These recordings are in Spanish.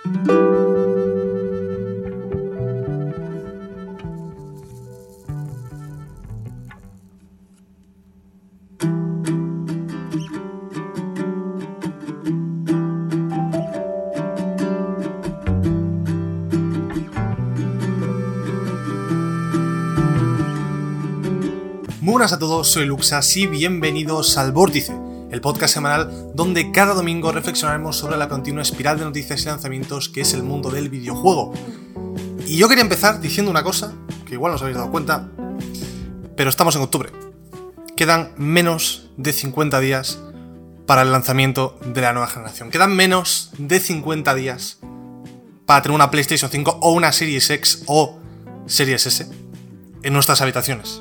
Muy buenas a todos, soy Luxas y bienvenidos al Vórtice, el podcast semanal donde cada domingo reflexionaremos sobre la continua espiral de noticias y lanzamientos que es el mundo del videojuego. Y yo quería empezar diciendo una cosa, que igual no os habéis dado cuenta, pero estamos en octubre. Quedan menos de 50 días para el lanzamiento de la nueva generación. Quedan menos de 50 días para tener una PlayStation 5 o una Series X o Series S en nuestras habitaciones.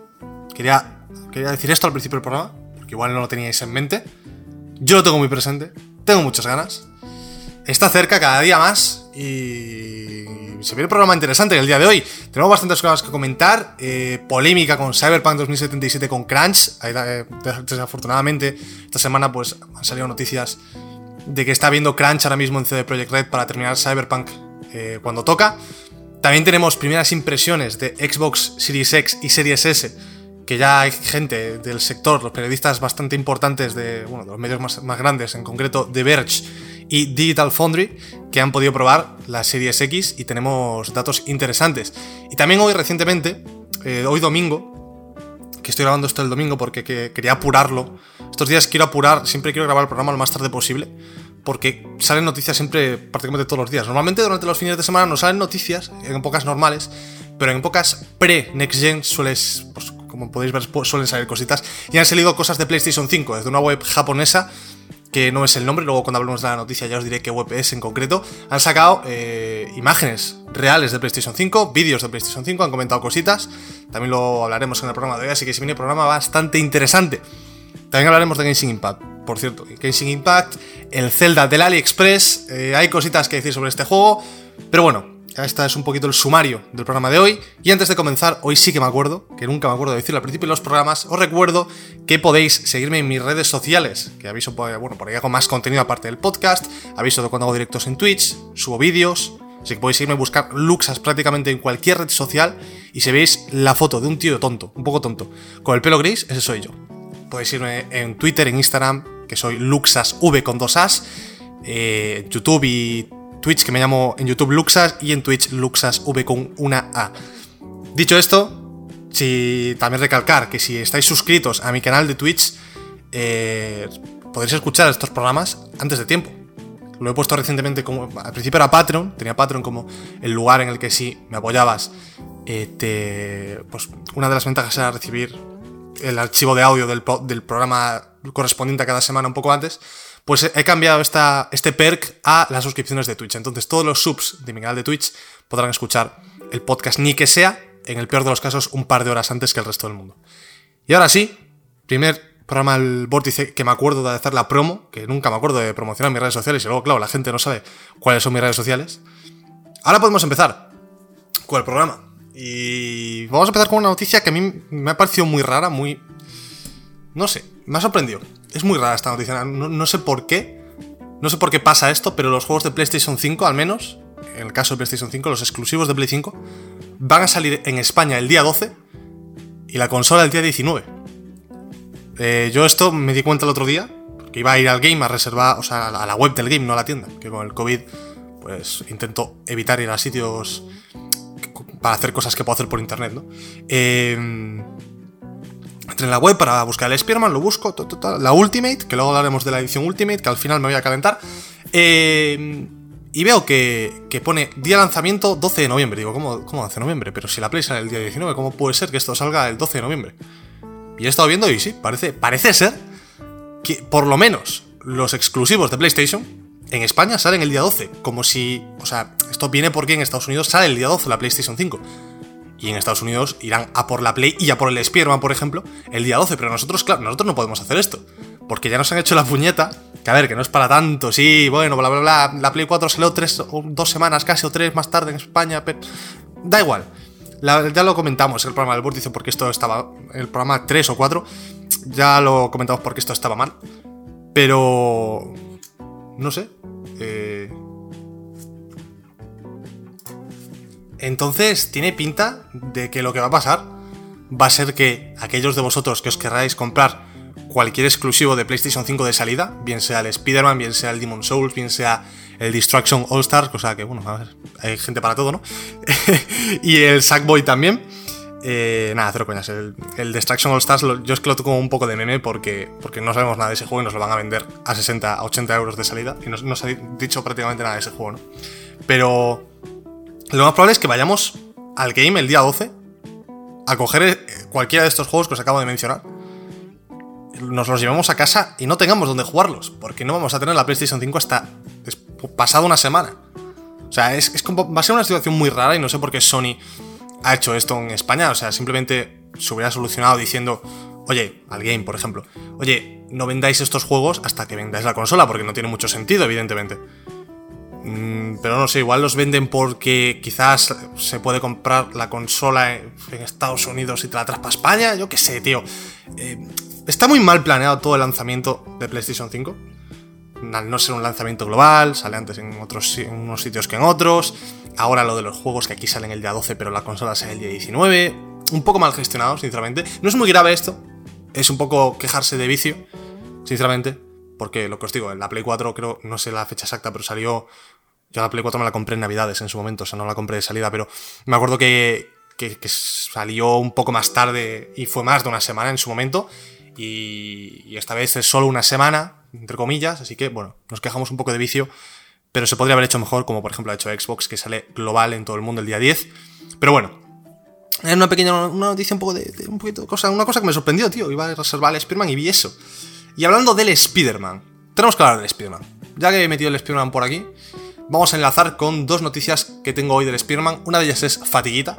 Quería decir esto al principio del programa, porque igual no lo teníais en mente. Yo lo tengo muy presente, tengo muchas ganas. Está cerca cada día más y se viene un programa interesante el día de hoy. Tenemos bastantes cosas que comentar. Polémica con Cyberpunk 2077 con Crunch. Desafortunadamente, esta semana pues han salido noticias de que está habiendo Crunch ahora mismo en CD Projekt Red para terminar Cyberpunk cuando toca. También tenemos primeras impresiones de Xbox Series X y Series S, que ya hay gente del sector, los periodistas bastante importantes de los medios más grandes, en concreto The Verge y Digital Foundry, que han podido probar la Series X y tenemos datos interesantes. Y también hoy recientemente, hoy domingo, que estoy grabando esto el domingo porque quería apurarlo, estos días quiero apurar, siempre quiero grabar el programa lo más tarde posible, porque salen noticias siempre prácticamente todos los días. Normalmente durante los fines de semana no salen noticias, en épocas normales, pero en épocas pre-Next Gen como podéis ver, suelen salir cositas. Y han salido cosas de PlayStation 5 desde una web japonesa, que no es el nombre, luego cuando hablemos de la noticia ya os diré qué web es en concreto. Han sacado imágenes reales de PlayStation 5, vídeos de PlayStation 5, han comentado cositas. También lo hablaremos en el programa de hoy, así que se viene un programa bastante interesante. También hablaremos de Genshin Impact, por cierto. Genshin Impact, el Zelda del AliExpress, hay cositas que decir sobre este juego, pero bueno, este es un poquito el sumario del programa de hoy. Y antes de comenzar, hoy sí que me acuerdo, que nunca me acuerdo de decirlo al principio de los programas, os recuerdo que podéis seguirme en mis redes sociales, que aviso, por ahí hago más contenido aparte del podcast, aviso de cuando hago directos en Twitch, subo vídeos, así que podéis seguirme y buscar Luxas prácticamente en cualquier red social, y si veis la foto de un tío tonto, un poco tonto, con el pelo gris, ese soy yo. Podéis irme en Twitter, en Instagram, que soy LuxasV con 2 As, YouTube y Twitch, que me llamo en YouTube Luxas, y en Twitch LuxasV con una A. Dicho esto, también recalcar que si estáis suscritos a mi canal de Twitch, podréis escuchar estos programas antes de tiempo. Lo he puesto recientemente al principio era Patreon, tenía Patreon como el lugar en el que si me apoyabas, pues una de las ventajas era recibir el archivo de audio del programa correspondiente a cada semana un poco antes. Pues he cambiado este perk a las suscripciones de Twitch. Entonces todos los subs de mi canal de Twitch podrán escuchar el podcast, ni que sea, en el peor de los casos, un par de horas antes que el resto del mundo. Y ahora sí, primer programa del Vórtice que me acuerdo de hacer la promo, que nunca me acuerdo de promocionar mis redes sociales, y luego, claro, la gente no sabe cuáles son mis redes sociales. Ahora podemos empezar con el programa. Y vamos a empezar con una noticia que a mí me ha parecido muy rara, no sé, me ha sorprendido. Es muy rara esta noticia, no sé por qué. No sé por qué pasa esto, pero los juegos de PlayStation 5, al menos, en el caso de PlayStation 5, los exclusivos de Play 5, van a salir en España el día 12 y la consola el día 19. Yo esto me di cuenta el otro día, porque iba a ir al game a reservar, o sea, a la web del game, no a la tienda, que con el COVID, pues intento evitar ir a sitios para hacer cosas que puedo hacer por internet, ¿no? Entré en la web para buscar el Spearman, lo busco, la Ultimate, que luego hablaremos de la edición Ultimate, que al final me voy a calentar, y veo que pone día de lanzamiento 12 de noviembre. Digo, ¿cómo 12 de noviembre? Pero si la Play sale el día 19, ¿cómo puede ser que esto salga el 12 de noviembre? Y he estado viendo y sí, parece ser que por lo menos los exclusivos de PlayStation en España salen el día 12, como si, o sea, esto viene porque en Estados Unidos sale el día 12 la PlayStation 5. Y en Estados Unidos irán a por la Play y a por el Spider-Man, por ejemplo, el día 12. Pero nosotros no podemos hacer esto, porque ya nos han hecho la puñeta, que a ver, que no es para tanto, sí, bueno, bla, bla, bla. La Play 4 salió 2 semanas casi o 3 más tarde en España, pero da igual. Ya lo comentamos en el programa del Vórtice, porque esto estaba, en el programa 3 o 4, ya lo comentamos porque esto estaba mal. Pero no sé, Entonces tiene pinta de que lo que va a pasar va a ser que aquellos de vosotros que os querráis comprar cualquier exclusivo de PlayStation 5 de salida, bien sea el Spider-Man, bien sea el Demon's Souls, bien sea el Destruction All Stars, cosa que, bueno, a ver, hay gente para todo, ¿no? Y el Sackboy también. Nada, cero coñas. El Destruction All Stars, yo es que lo toco un poco de meme porque no sabemos nada de ese juego y nos lo van a vender a 60, a 80 euros de salida. Y no se ha dicho prácticamente nada de ese juego, ¿no? Pero lo más probable es que vayamos al game el día 12 a coger cualquiera de estos juegos que os acabo de mencionar, nos los llevemos a casa y no tengamos donde jugarlos, porque no vamos a tener la PlayStation 5 hasta pasado una semana. O sea, va a ser una situación muy rara y no sé por qué Sony ha hecho esto en España. O sea, simplemente se hubiera solucionado diciendo, oye, al game, por ejemplo, oye, no vendáis estos juegos hasta que vendáis la consola, porque no tiene mucho sentido, evidentemente. Pero no sé, igual los venden porque quizás se puede comprar la consola en Estados Unidos y te la traes para España. Yo qué sé, tío. Está muy mal planeado todo el lanzamiento de PlayStation 5. Al no ser un lanzamiento global, sale antes en unos sitios que en otros. Ahora lo de los juegos que aquí salen el día 12, pero la consola sale el día 19. Un poco mal gestionado, sinceramente. No es muy grave esto. Es un poco quejarse de vicio, sinceramente. Porque lo que os digo, en la Play 4 creo, no sé la fecha exacta, pero salió... Yo la Play 4 me la compré en Navidades en su momento, o sea, no la compré de salida, pero me acuerdo que salió un poco más tarde y fue más de una semana en su momento. Y esta vez es solo una semana, entre comillas, así que, bueno, nos quejamos un poco de vicio, pero se podría haber hecho mejor, como por ejemplo ha hecho Xbox, que sale global en todo el mundo el día 10. Pero bueno, es una noticia un poquito una cosa que me sorprendió, tío. Iba a reservar el Spider-Man y vi eso. Y hablando del Spider-Man, tenemos que hablar del Spider-Man. Ya que he metido el Spider-Man por aquí, vamos a enlazar con dos noticias que tengo hoy del Spider-Man. Una de ellas es fatiguita.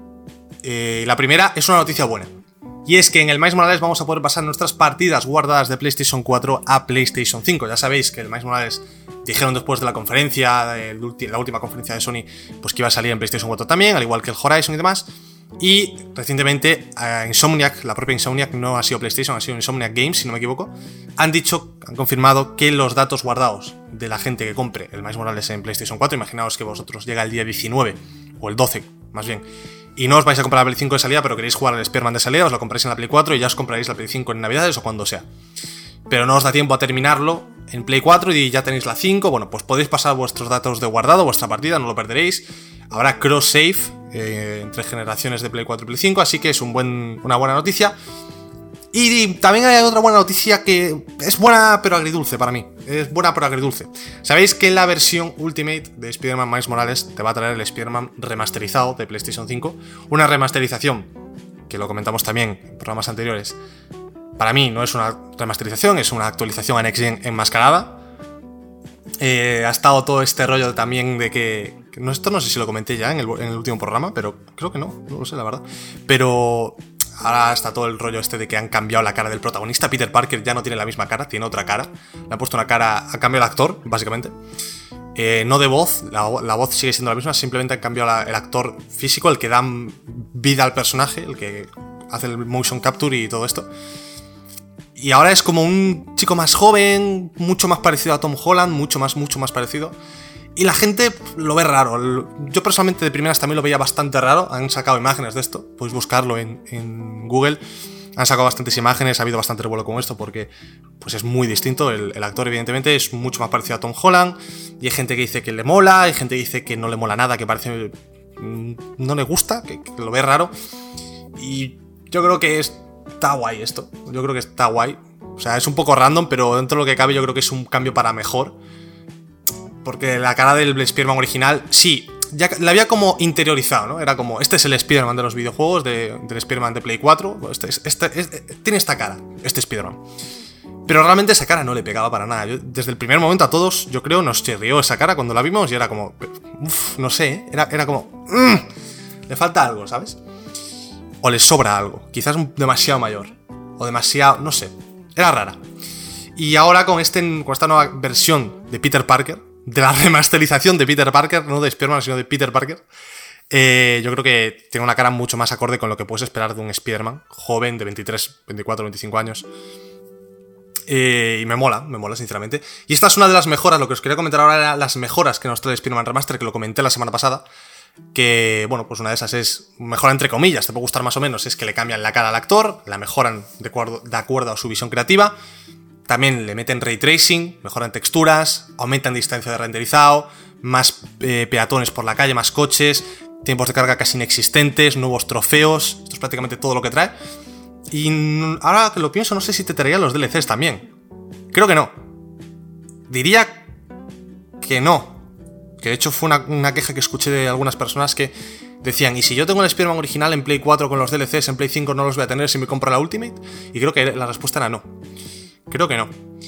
La primera es una noticia buena. Y es que en el Miles Morales vamos a poder pasar nuestras partidas guardadas de PlayStation 4 a PlayStation 5. Ya sabéis que el Miles Morales dijeron después de la conferencia, la última conferencia de Sony, pues que iba a salir en PlayStation 4 también, al igual que el Horizon y demás. Y recientemente Insomniac, la propia Insomniac, no ha sido PlayStation, ha sido Insomniac Games, si no me equivoco, han confirmado que los datos guardados de la gente que compre el Miles Morales en PlayStation 4, imaginaos que vosotros llega el día 19, o el 12, más bien, y no os vais a comprar la Play 5 de salida, pero queréis jugar al Spider-Man de salida, os lo compráis en la Play 4 y ya os compraréis la Play 5 en Navidades o cuando sea. Pero no os da tiempo a terminarlo en Play 4 y ya tenéis la 5, bueno, pues podéis pasar vuestros datos de guardado, vuestra partida, no lo perderéis. Habrá cross-save entre generaciones de Play 4 y Play 5, así que es una buena noticia. Y también hay otra buena noticia que es buena pero agridulce para mí. Es buena pero agridulce. Sabéis que la versión Ultimate de Spider-Man Miles Morales te va a traer el Spider-Man remasterizado de PlayStation 5. Una remasterización, que lo comentamos también en programas anteriores. Para mí no es una remasterización, es una actualización a Next Gen enmascarada. Ha estado todo este rollo también de que... Esto no sé si lo comenté ya en el último programa, pero creo que no lo sé la verdad. Pero... ahora está todo el rollo este de que han cambiado la cara del protagonista. Peter Parker ya no tiene la misma cara, tiene otra cara. Le han puesto una cara, ha cambiado el actor, básicamente. No de voz, la voz sigue siendo la misma, simplemente han cambiado el actor físico, el que da vida al personaje, el que hace el motion capture y todo esto. Y ahora es como un chico más joven, mucho más parecido a Tom Holland, mucho más parecido. Y la gente lo ve raro. Yo personalmente de primeras también lo veía bastante raro. Han sacado imágenes de esto, podéis buscarlo en Google. Han sacado bastantes imágenes, ha habido bastante revuelo con esto porque pues es muy distinto. El actor evidentemente es mucho más parecido a Tom Holland. Y hay gente que dice que le mola, hay gente que dice que no le mola nada, que parece... no le gusta, que lo ve raro. Y yo creo que está guay esto. Yo creo que está guay. O sea, es un poco random, pero dentro de lo que cabe yo creo que es un cambio para mejor. Porque la cara del Spider-Man original, sí, ya la había como interiorizado, ¿no? Era como, este es el Spider-Man de los videojuegos, del Spider-Man de Play 4, tiene esta cara, este Spider-Man. Pero realmente esa cara no le pegaba para nada. Desde el primer momento a todos, yo creo, nos chirrió esa cara cuando la vimos y era como, no sé, era como, le falta algo, ¿sabes? O le sobra algo, quizás demasiado mayor, o demasiado, no sé, era rara. Y ahora con esta nueva versión de Peter Parker, de la remasterización de Peter Parker, no de Spider-Man, sino de Peter Parker, yo creo que tiene una cara mucho más acorde con lo que puedes esperar de un Spider-Man joven de 23, 24, 25 años. Y me mola, sinceramente. Y esta es una de las mejoras, lo que os quería comentar ahora era las mejoras que nos trae Spider-Man Remaster, que lo comenté la semana pasada. que, bueno, pues una de esas es mejora entre comillas, te puede gustar más o menos, es que le cambian la cara al actor, la mejoran de acuerdo a su visión creativa, también le meten ray tracing, mejoran texturas, aumentan distancia de renderizado, más peatones por la calle, más coches, tiempos de carga casi inexistentes, nuevos trofeos, esto es prácticamente todo lo que trae. Y ahora que lo pienso, no sé si te traería los DLCs también. Creo que no. Diría que no. Que de hecho fue una queja que escuché de algunas personas que decían, ¿y si yo tengo el Spider-Man original en Play 4 con los DLCs, en Play 5 no los voy a tener si me compro la Ultimate? Y creo que la respuesta era no. Creo que no.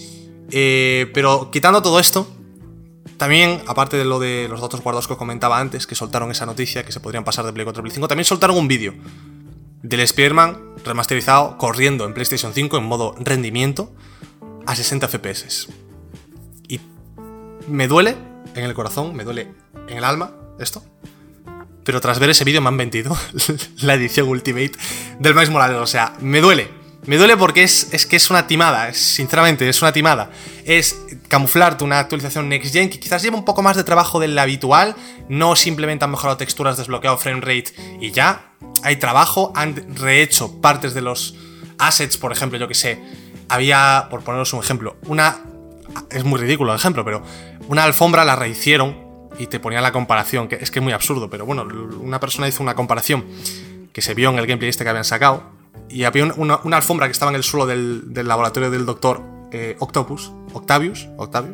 Pero quitando todo esto, también, aparte de lo de los datos guardados que os comentaba antes, que soltaron esa noticia que se podrían pasar de Play 4 a Play 5, también soltaron un vídeo del Spider-Man remasterizado corriendo en PlayStation 5 en modo rendimiento a 60 FPS. Y me duele en el corazón, me duele en el alma esto, pero tras ver ese vídeo me han vendido la edición Ultimate del Miles Morales. O sea, me duele porque es que es una timada, sinceramente es una timada. Es camuflarte una actualización Next Gen que quizás lleva un poco más de trabajo del habitual, no simplemente han mejorado texturas, desbloqueado frame rate y ya. Hay trabajo, han rehecho partes de los assets, por ejemplo, yo que sé, había, por poneros un ejemplo, es muy ridículo el ejemplo, pero una alfombra la rehicieron y te ponían la comparación, que es muy absurdo, pero bueno, una persona hizo una comparación que se vio en el gameplay que habían sacado, y había una alfombra que estaba en el suelo del laboratorio del doctor Octavius,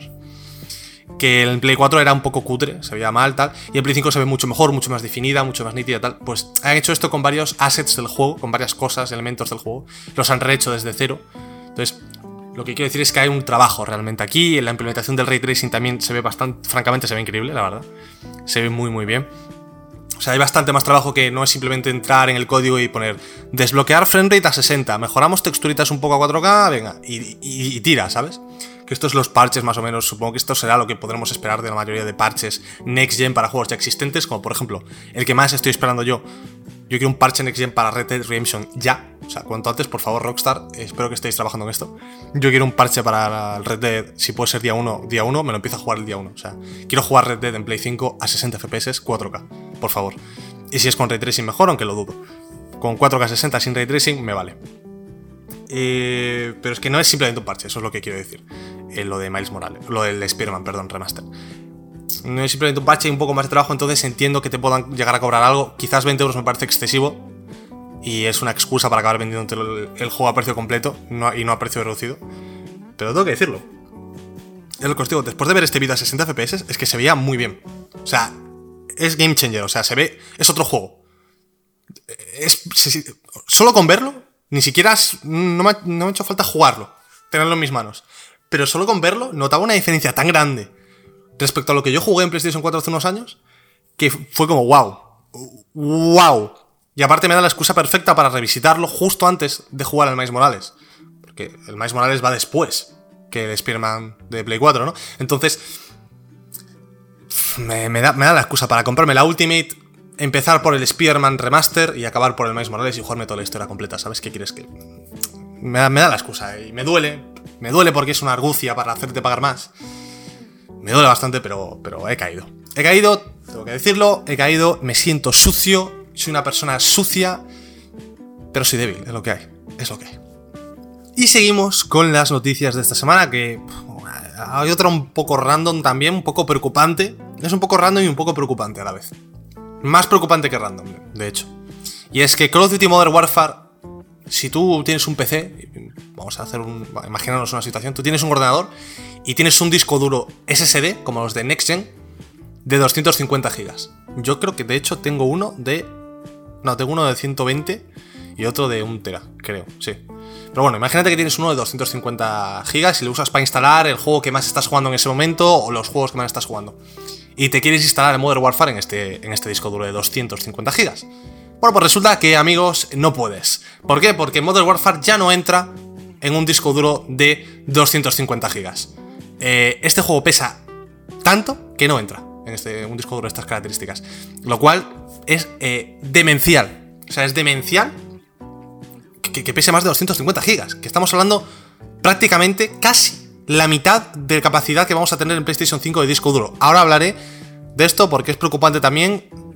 que en Play 4 era un poco cutre, se veía mal, tal, y en Play 5 se ve mucho mejor, mucho más definida, mucho más nítida, tal. Pues han hecho esto con varios assets del juego, con varias cosas, elementos del juego, los han rehecho desde cero. Entonces, lo que quiero decir es que hay un trabajo realmente aquí, en la implementación del Ray Tracing también se ve bastante, francamente se ve increíble, la verdad, se ve muy muy bien. O sea, hay bastante más trabajo que no es simplemente entrar en el código y poner desbloquear framerate a 60, mejoramos texturitas un poco a 4K, venga, y tira, ¿sabes? Que estos los parches más o menos, supongo que esto será lo que podremos esperar de la mayoría de parches Next Gen para juegos ya existentes, como por ejemplo, el que más estoy esperando yo quiero un parche Next Gen para Red Dead Redemption ya, o sea, cuanto antes, por favor, Rockstar, espero que estéis trabajando en esto. Yo quiero un parche para el Red Dead, si puede ser día 1, me lo empiezo a jugar el día 1, o sea, quiero jugar Red Dead en Play 5 a 60 FPS, 4K, por favor. Y si es con Ray Tracing mejor, aunque lo dudo. Con 4K 60 sin Ray Tracing me vale. Pero es que no es simplemente un parche, eso es lo que quiero decir. Lo de Miles Morales, lo del Spider-Man, perdón, remaster. No es simplemente un parche y un poco más de trabajo, entonces entiendo que te puedan llegar a cobrar algo. Quizás 20 euros me parece excesivo y es una excusa para acabar vendiendo el juego a precio completo y no a precio reducido. Pero tengo que decirlo. Es lo que os digo, después de ver este vídeo a 60 FPS, es que se veía muy bien. O sea, es game changer, o sea, se ve, es otro juego. Solo con verlo, ni siquiera no me ha hecho falta jugarlo, tenerlo en mis manos. Pero solo con verlo notaba una diferencia tan grande respecto a lo que yo jugué en PlayStation 4 hace unos años, que fue como wow. Y aparte me da la excusa perfecta para revisitarlo justo antes de jugar al Miles Morales, porque el Miles Morales va después que el Spider-Man de Play 4, ¿no? Entonces me da la excusa para comprarme la Ultimate, empezar por el Spider-Man Remaster y acabar por el Miles Morales y jugarme toda la historia completa. ¿Sabes qué quieres que...? Me da la excusa y me duele porque es una argucia para hacerte pagar más. Me duele bastante, pero he caído. Tengo que decirlo, me siento sucio, soy una persona sucia, pero soy débil, es lo que hay. Y seguimos con las noticias de esta semana, que hay otra un poco random también, un poco preocupante. Es un poco random y un poco preocupante a la vez. Más preocupante que random, de hecho. Y es que Call of Duty Modern Warfare, si tú tienes un PC, vamos a imaginarnos una situación, tú tienes un ordenador y tienes un disco duro SSD, como los de Next Gen, de 250 GB. Yo creo que de hecho tengo uno de 120 y otro de 1 TB, creo, sí. Pero bueno, imagínate que tienes uno de 250 GB y lo usas para instalar el juego que más estás jugando en ese momento o los juegos que más estás jugando. Y te quieres instalar el Modern Warfare en este disco duro de 250 GB. Bueno, pues resulta que, amigos, no puedes. ¿Por qué? Porque Modern Warfare ya no entra en un disco duro de 250 GB. Este juego pesa tanto que no entra en un disco duro de estas características. Lo cual es demencial. O sea, es demencial que pese más de 250 GB. Que estamos hablando prácticamente casi la mitad de capacidad que vamos a tener en PlayStation 5 de disco duro. Ahora hablaré de esto porque es preocupante también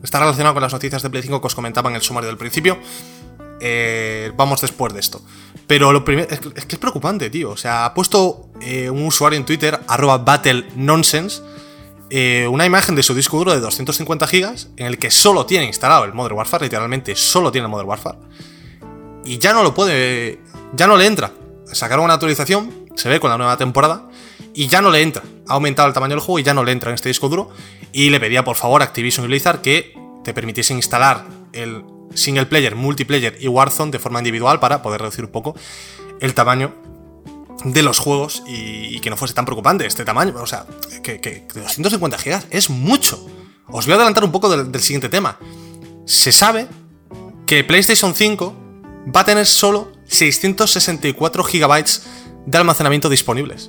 está relacionado con las noticias de Play 5 que os comentaba en el sumario del principio. Vamos después de esto. Pero lo primero es que es preocupante, tío. O sea, ha puesto un usuario en Twitter, @BattleNonsense, una imagen de su disco duro de 250 GB en el que solo tiene instalado el Modern Warfare, literalmente solo tiene el Modern Warfare. Y ya no lo puede, ya no le entra. Sacaron una actualización, se ve con la nueva temporada, y ya no le entra. Ha aumentado el tamaño del juego y ya no le entra en este disco duro. Y le pedía por favor a Activision y Blizzard que te permitiesen instalar el single player, multiplayer y Warzone de forma individual para poder reducir un poco el tamaño de los juegos y que no fuese tan preocupante este tamaño. O sea, que 250 GB es mucho. Os voy a adelantar un poco del siguiente tema. Se sabe que PlayStation 5 va a tener solo 664 GB de almacenamiento disponibles.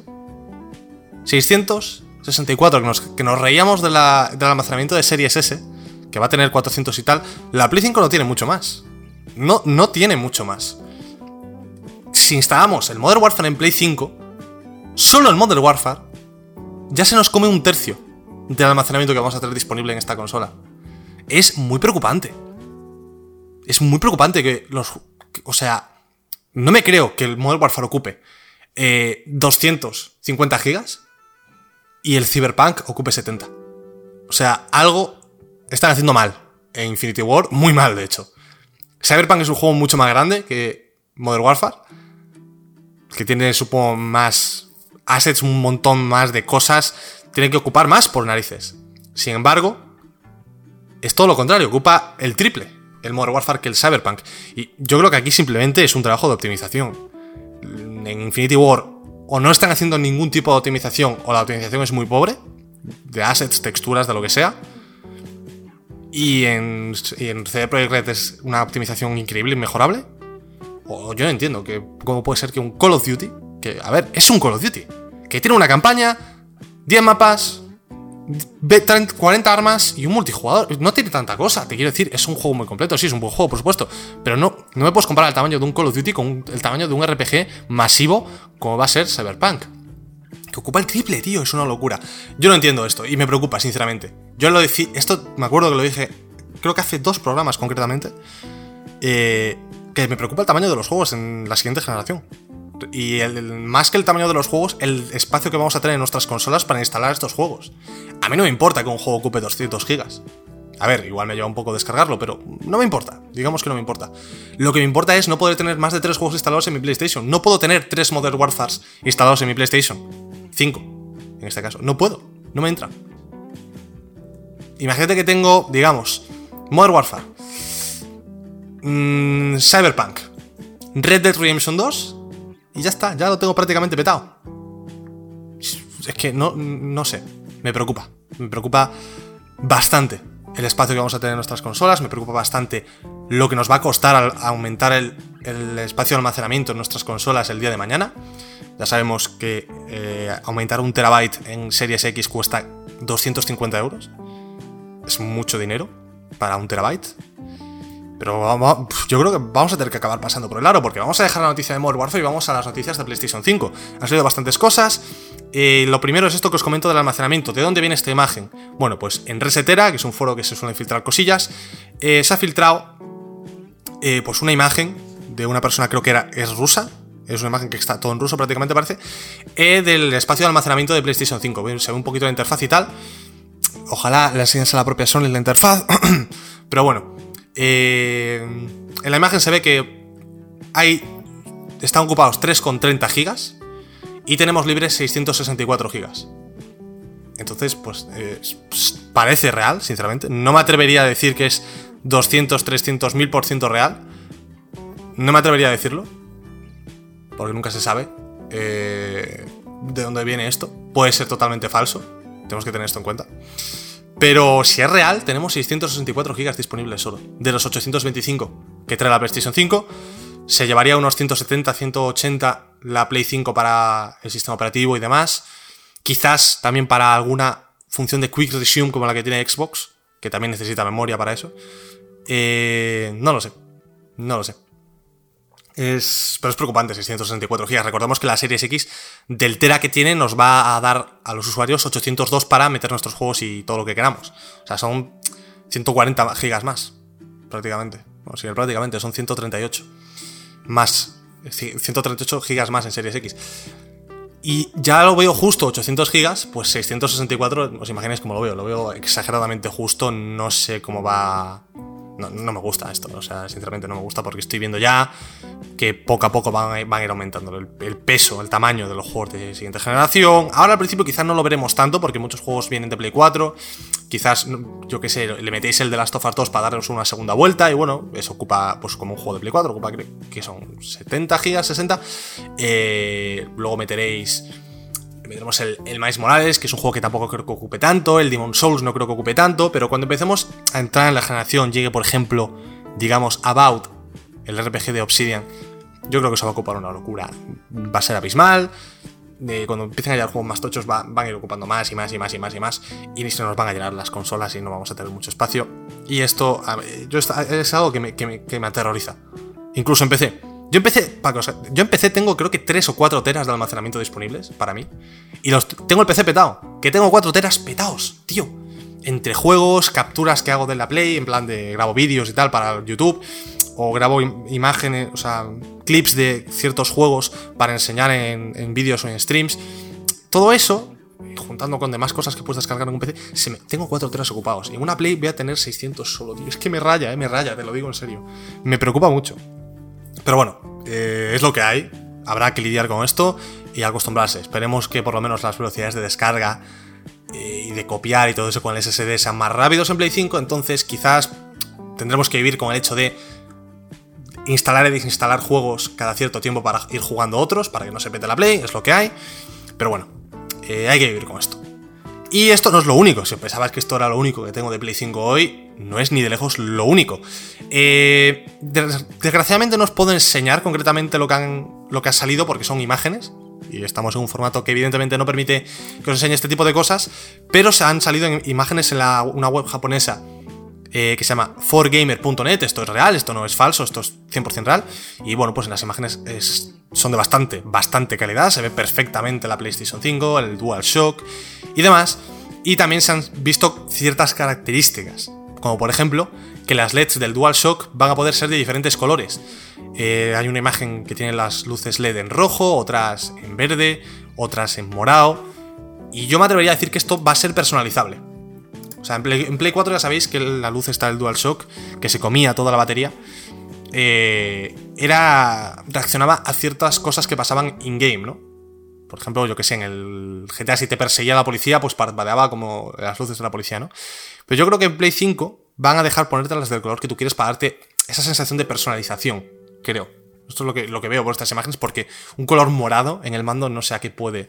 664, que nos reíamos del almacenamiento de Series S, que va a tener 400 y tal. La Play 5 no tiene mucho más. No tiene mucho más. Si instalamos el Modern Warfare en Play 5, solo el Modern Warfare ya se nos come un tercio del almacenamiento que vamos a tener disponible en esta consola. Es muy preocupante. Es muy preocupante que o sea, no me creo que el Modern Warfare ocupe 250 gigas y el Cyberpunk ocupe 70. O sea, algo están haciendo mal en Infinity Ward, muy mal de hecho. Cyberpunk es un juego mucho más grande que Modern Warfare, que tiene, supongo, más assets, un montón más de cosas, tiene que ocupar más por narices. Sin embargo, es todo lo contrario, ocupa el triple el Modern Warfare que el Cyberpunk. Y yo creo que aquí simplemente es un trabajo de optimización. En Infinity Ward o no están haciendo ningún tipo de optimización o la optimización es muy pobre, de assets, texturas, de lo que sea. Y en CD Projekt Red es una optimización increíble, inmejorable. O yo no entiendo que cómo puede ser que un Call of Duty, que, a ver, es un Call of Duty, que tiene una campaña, 10 mapas, 40 armas y un multijugador, no tiene tanta cosa, te quiero decir, es un juego muy completo, sí, es un buen juego, por supuesto, pero no me puedes comparar el tamaño de un Call of Duty con el tamaño de un RPG masivo como va a ser Cyberpunk, que ocupa el triple, tío, es una locura. Yo no entiendo esto y me preocupa, sinceramente. Yo lo decía, esto me acuerdo que lo dije, creo que hace 2 programas concretamente, que me preocupa el tamaño de los juegos en la siguiente generación. Y más que el tamaño de los juegos, el espacio que vamos a tener en nuestras consolas para instalar estos juegos. A mí no me importa que un juego ocupe 200 gigas. A ver, igual me lleva un poco descargarlo, pero no me importa. Digamos que no me importa. Lo que me importa es no poder tener más de 3 juegos instalados en mi PlayStation. No puedo tener 3 Modern Warfares instalados en mi PlayStation 5, en este caso. No puedo, no me entra. Imagínate que tengo, digamos, Modern Warfare, Cyberpunk, Red Dead Redemption 2 y ya está, ya lo tengo prácticamente petado. Es que no sé, me preocupa bastante el espacio que vamos a tener en nuestras consolas, me preocupa bastante lo que nos va a costar al aumentar el espacio de almacenamiento en nuestras consolas el día de mañana. Ya sabemos que aumentar 1 terabyte en Series X cuesta 250 euros. Es mucho dinero para 1 terabyte. Pero yo creo que vamos a tener que acabar pasando por el aro, porque vamos a dejar la noticia de Modern Warfare y vamos a las noticias de PlayStation 5. Han salido bastantes cosas. Lo primero es esto que os comento del almacenamiento. ¿De dónde viene esta imagen? Bueno, pues en Resetera, que es un foro que se suelen filtrar cosillas, se ha filtrado pues una imagen de una persona, creo que es rusa. Es una imagen que está todo en ruso prácticamente, parece, del espacio de almacenamiento de PlayStation 5. Se ve un poquito la interfaz y tal. Ojalá le enseñase a la propia Sony la interfaz. Pero bueno, en la imagen se ve que están ocupados 3,30 gigas y tenemos libres 664 gigas. Entonces, pues parece real, sinceramente. No me atrevería a decir que es 200, 300, 1000% real. No me atrevería a decirlo, porque nunca se sabe de dónde viene esto. Puede ser totalmente falso, tenemos que tener esto en cuenta. Pero si es real, tenemos 664 GB disponibles solo. De los 825 que trae la PlayStation 5, se llevaría unos 170, 180 la Play 5 para el sistema operativo y demás. Quizás también para alguna función de Quick Resume como la que tiene Xbox, que también necesita memoria para eso. No lo sé. Pero es preocupante, 664 GB. Recordemos que la Series X del tera que tiene nos va a dar a los usuarios 802 para meter nuestros juegos y todo lo que queramos. O sea, son 140 gigas más, prácticamente. O sea, prácticamente son 138 más, 138 gigas más en Series X. Y ya lo veo justo 800 gigas, pues 664, os imagináis cómo lo veo exageradamente justo, no sé cómo va... No me gusta esto, o sea, sinceramente no me gusta porque estoy viendo ya que poco a poco van a ir aumentando el peso, el tamaño de los juegos de siguiente generación. Ahora al principio quizás no lo veremos tanto porque muchos juegos vienen de Play 4, quizás, yo qué sé, le metéis el de Last of Us 2 para daros una segunda vuelta y bueno, eso ocupa, pues como un juego de Play 4, ocupa creo que son 70 gigas, 60, luego meteremos el Miles Morales, que es un juego que tampoco creo que ocupe tanto, el Demon's Souls no creo que ocupe tanto, pero cuando empecemos a entrar en la generación, llegue por ejemplo, digamos, About, el RPG de Obsidian, yo creo que eso va a ocupar una locura, va a ser abismal, cuando empiecen a llegar juegos más tochos van a ir ocupando más y más y más y más y más, y se nos van a llenar las consolas y no vamos a tener mucho espacio, y esto es algo que me aterroriza, incluso en PC. Yo empecé, tengo creo que 3 o 4 teras de almacenamiento disponibles para mí. Y tengo el PC petado. Que tengo 4 teras petados, tío. Entre juegos, capturas que hago de la Play, en plan de grabo vídeos y tal para YouTube. O grabo imágenes, o sea, clips de ciertos juegos para enseñar en vídeos o en streams. Todo eso, juntando con demás cosas que puedes descargar en un PC, tengo 4 teras ocupados. Y en una Play voy a tener 600 solo, tío. Es que me raya, te lo digo en serio. Me preocupa mucho. Pero bueno, es lo que hay, habrá que lidiar con esto y acostumbrarse. Esperemos que por lo menos las velocidades de descarga y de copiar y todo eso con el SSD sean más rápidos en Play 5, entonces quizás tendremos que vivir con el hecho de instalar y desinstalar juegos cada cierto tiempo para ir jugando otros, para que no se pete la Play, es lo que hay. Pero bueno, hay que vivir con esto. Y esto no es lo único, si pensabas que esto era lo único que tengo de Play 5 hoy, no es ni de lejos lo único. Desgraciadamente no os puedo enseñar concretamente lo que ha salido porque son imágenes, y estamos en un formato que evidentemente no permite que os enseñe este tipo de cosas, pero se han salido imágenes en una web japonesa que se llama 4gamer.net, esto es real, esto no es falso, esto es 100% real, y bueno, pues en las imágenes son de bastante calidad, se ve perfectamente la PlayStation 5, el DualShock y demás, y también se han visto ciertas características, como por ejemplo que las LEDs del DualShock van a poder ser de diferentes colores. Hay una imagen que tiene las luces LED en rojo, otras en verde, otras en morado, y yo me atrevería a decir que esto va a ser personalizable. O sea, en Play 4 ya sabéis que la luz está del DualShock, que se comía toda la batería, reaccionaba a ciertas cosas que pasaban in-game, ¿no? Por ejemplo, yo que sé, en el GTA si te perseguía la policía, pues parpadeaba como las luces de la policía, ¿no? Pero yo creo que en Play 5 van a dejar ponerte las del color que tú quieres para darte esa sensación de personalización, creo. Esto es lo que veo por estas imágenes, porque un color morado en el mando no sé a qué puede...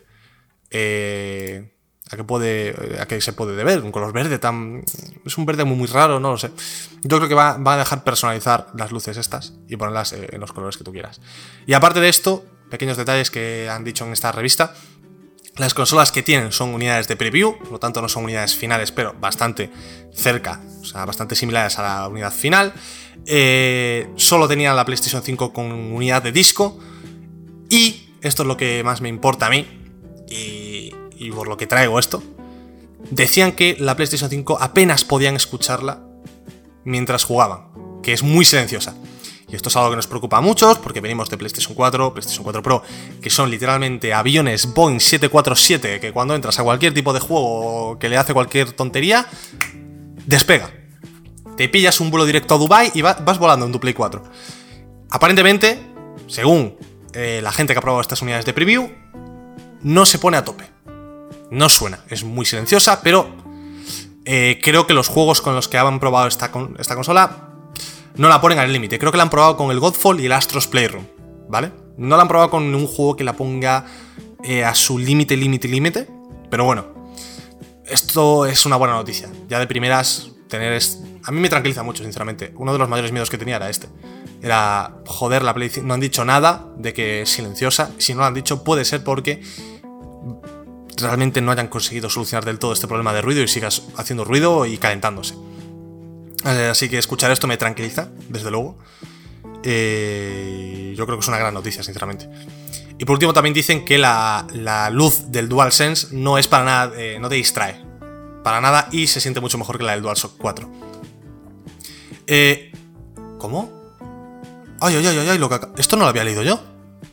¿A qué se puede deber? Un color verde es un verde muy raro, no lo sé. Yo creo que va a dejar personalizar las luces estas y ponerlas en los colores que tú quieras. Y aparte de esto, pequeños detalles que han dicho en esta revista. Las consolas que tienen son unidades de preview, por lo tanto no son unidades finales, pero bastante cerca, o sea, bastante similares a la unidad final. Solo tenían la PlayStation 5 con unidad de disco. Y esto es lo que más me importa a mí, y por lo que traigo esto, decían que la PlayStation 5 apenas podían escucharla mientras jugaban, que es muy silenciosa. Y esto es algo que nos preocupa a muchos, porque venimos de PlayStation 4, PlayStation 4 Pro, que son literalmente aviones Boeing 747, que cuando entras a cualquier tipo de juego que le hace cualquier tontería, despega. Te pillas un vuelo directo a Dubai y vas volando en tu Play 4. Aparentemente, según la gente que ha probado estas unidades de preview, no se pone a tope. No suena, es muy silenciosa, pero creo que los juegos con los que han probado esta consola no la ponen al límite. Creo que la han probado con el Godfall y el Astro's Playroom, ¿vale? No la han probado con un juego que la ponga a su límite, pero bueno, esto es una buena noticia. Ya de primeras, a mí me tranquiliza mucho, sinceramente. Uno de los mayores miedos que tenía era este. Era, joder, la Play 5. No han dicho nada de que es silenciosa. Si no lo han dicho, puede ser porque realmente no hayan conseguido solucionar del todo este problema de ruido y sigas haciendo ruido y calentándose. Así que escuchar esto me tranquiliza, desde luego. Yo creo que es una gran noticia, sinceramente. Y por último también dicen que la luz del DualSense no es para nada, no te distrae para nada y se siente mucho mejor que la del DualShock 4. ¿Cómo? Ay, esto no lo había leído yo.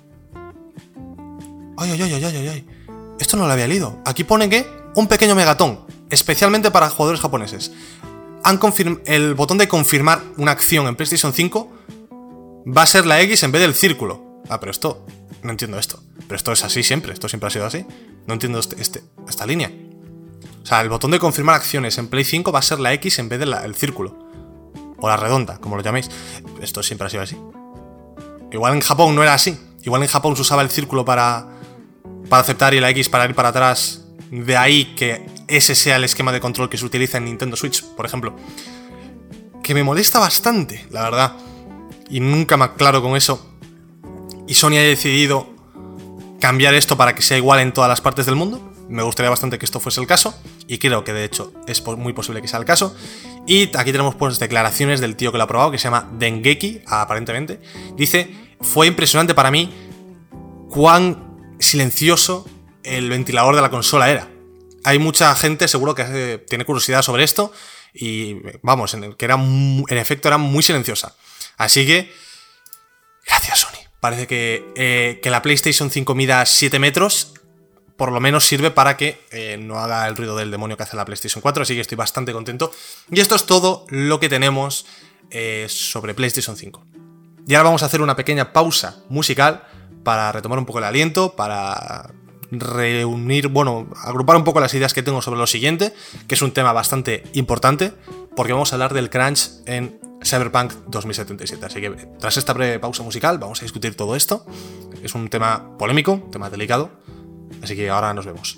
Ay. Esto no lo había leído. Aquí pone que un pequeño megatón, especialmente para jugadores japoneses. El botón de confirmar una acción en PlayStation 5 va a ser la X en vez del círculo. Pero esto... No entiendo esto. Pero esto es así siempre. Esto siempre ha sido así. No entiendo esta línea. O sea, el botón de confirmar acciones en Play 5 va a ser la X en vez del círculo. O la redonda, como lo llaméis. Esto siempre ha sido así. Igual en Japón no era así. Igual en Japón se usaba el círculo para aceptar y la X para ir para atrás. De ahí que ese sea el esquema de control que se utiliza en Nintendo Switch, por ejemplo. Que me molesta bastante, la verdad. Y nunca me aclaro con eso. Y Sony ha decidido cambiar esto para que sea igual en todas las partes del mundo. Me gustaría bastante que esto fuese el caso. Y creo que de hecho es muy posible que sea el caso. Y aquí tenemos pues declaraciones del tío que lo ha probado, que se llama Dengeki, aparentemente. Dice: fue impresionante para mí cuán silencioso el ventilador de la consola era. Hay mucha gente seguro que tiene curiosidad sobre esto. Y vamos, en efecto era muy silenciosa. Así que... gracias, Sony. Parece que la PlayStation 5 mida 7 metros, por lo menos sirve para que no haga el ruido del demonio que hace la PlayStation 4, así que estoy bastante contento. Y esto es todo lo que tenemos sobre PlayStation 5. Y ahora vamos a hacer una pequeña pausa musical para retomar un poco el aliento, para agrupar un poco las ideas que tengo sobre lo siguiente, que es un tema bastante importante, porque vamos a hablar del crunch en Cyberpunk 2077. Así que tras esta breve pausa musical vamos a discutir todo esto. Es un tema polémico, un tema delicado, así que ahora nos vemos.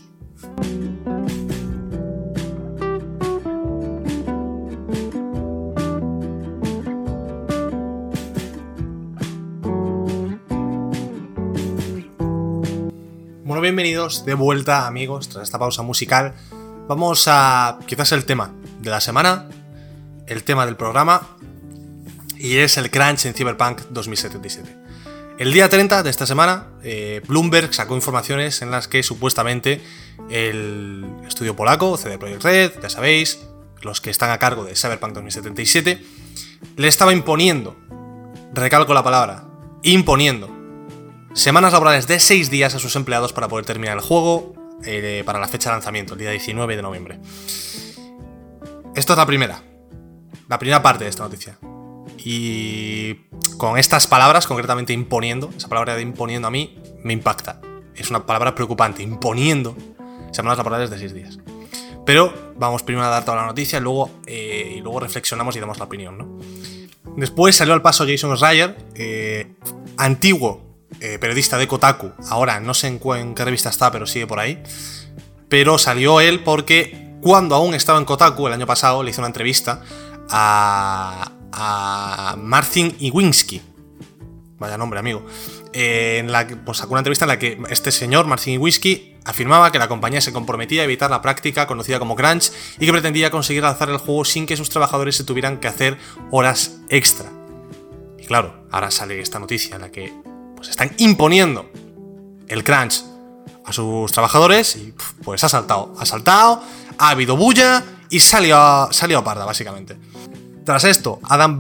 Bueno, bienvenidos de vuelta, amigos, tras esta pausa musical. Vamos a quizás el tema de la semana, el tema del programa, y es el crunch en Cyberpunk 2077. El día 30 de esta semana, Bloomberg sacó informaciones en las que supuestamente el estudio polaco, CD Projekt Red, ya sabéis, los que están a cargo de Cyberpunk 2077, le estaba imponiendo, recalco la palabra, imponiendo, semanas laborales de 6 días a sus empleados para poder terminar el juego para la fecha de lanzamiento, el día 19 de noviembre. Esto es la primera parte de esta noticia. Y con estas palabras, concretamente imponiendo, esa palabra de imponiendo a mí me impacta. Es una palabra preocupante, imponiendo semanas laborales de 6 días. Pero vamos primero a dar toda la noticia y luego reflexionamos y damos la opinión, ¿no? Después salió al paso Jason Schreier, antiguo periodista de Kotaku, ahora no sé en qué revista está, pero sigue por ahí. Pero salió él porque cuando aún estaba en Kotaku, el año pasado, le hizo una entrevista a Marcin Iwinski, vaya nombre, amigo, en la que sacó una entrevista en la que este señor, Marcin Iwinski, afirmaba que la compañía se comprometía a evitar la práctica conocida como crunch y que pretendía conseguir lanzar el juego sin que sus trabajadores se tuvieran que hacer horas extra. Y claro, ahora sale esta noticia en la que pues están imponiendo el crunch a sus trabajadores y pues ha saltado, ha habido bulla y salió parda, básicamente. Tras esto, Adam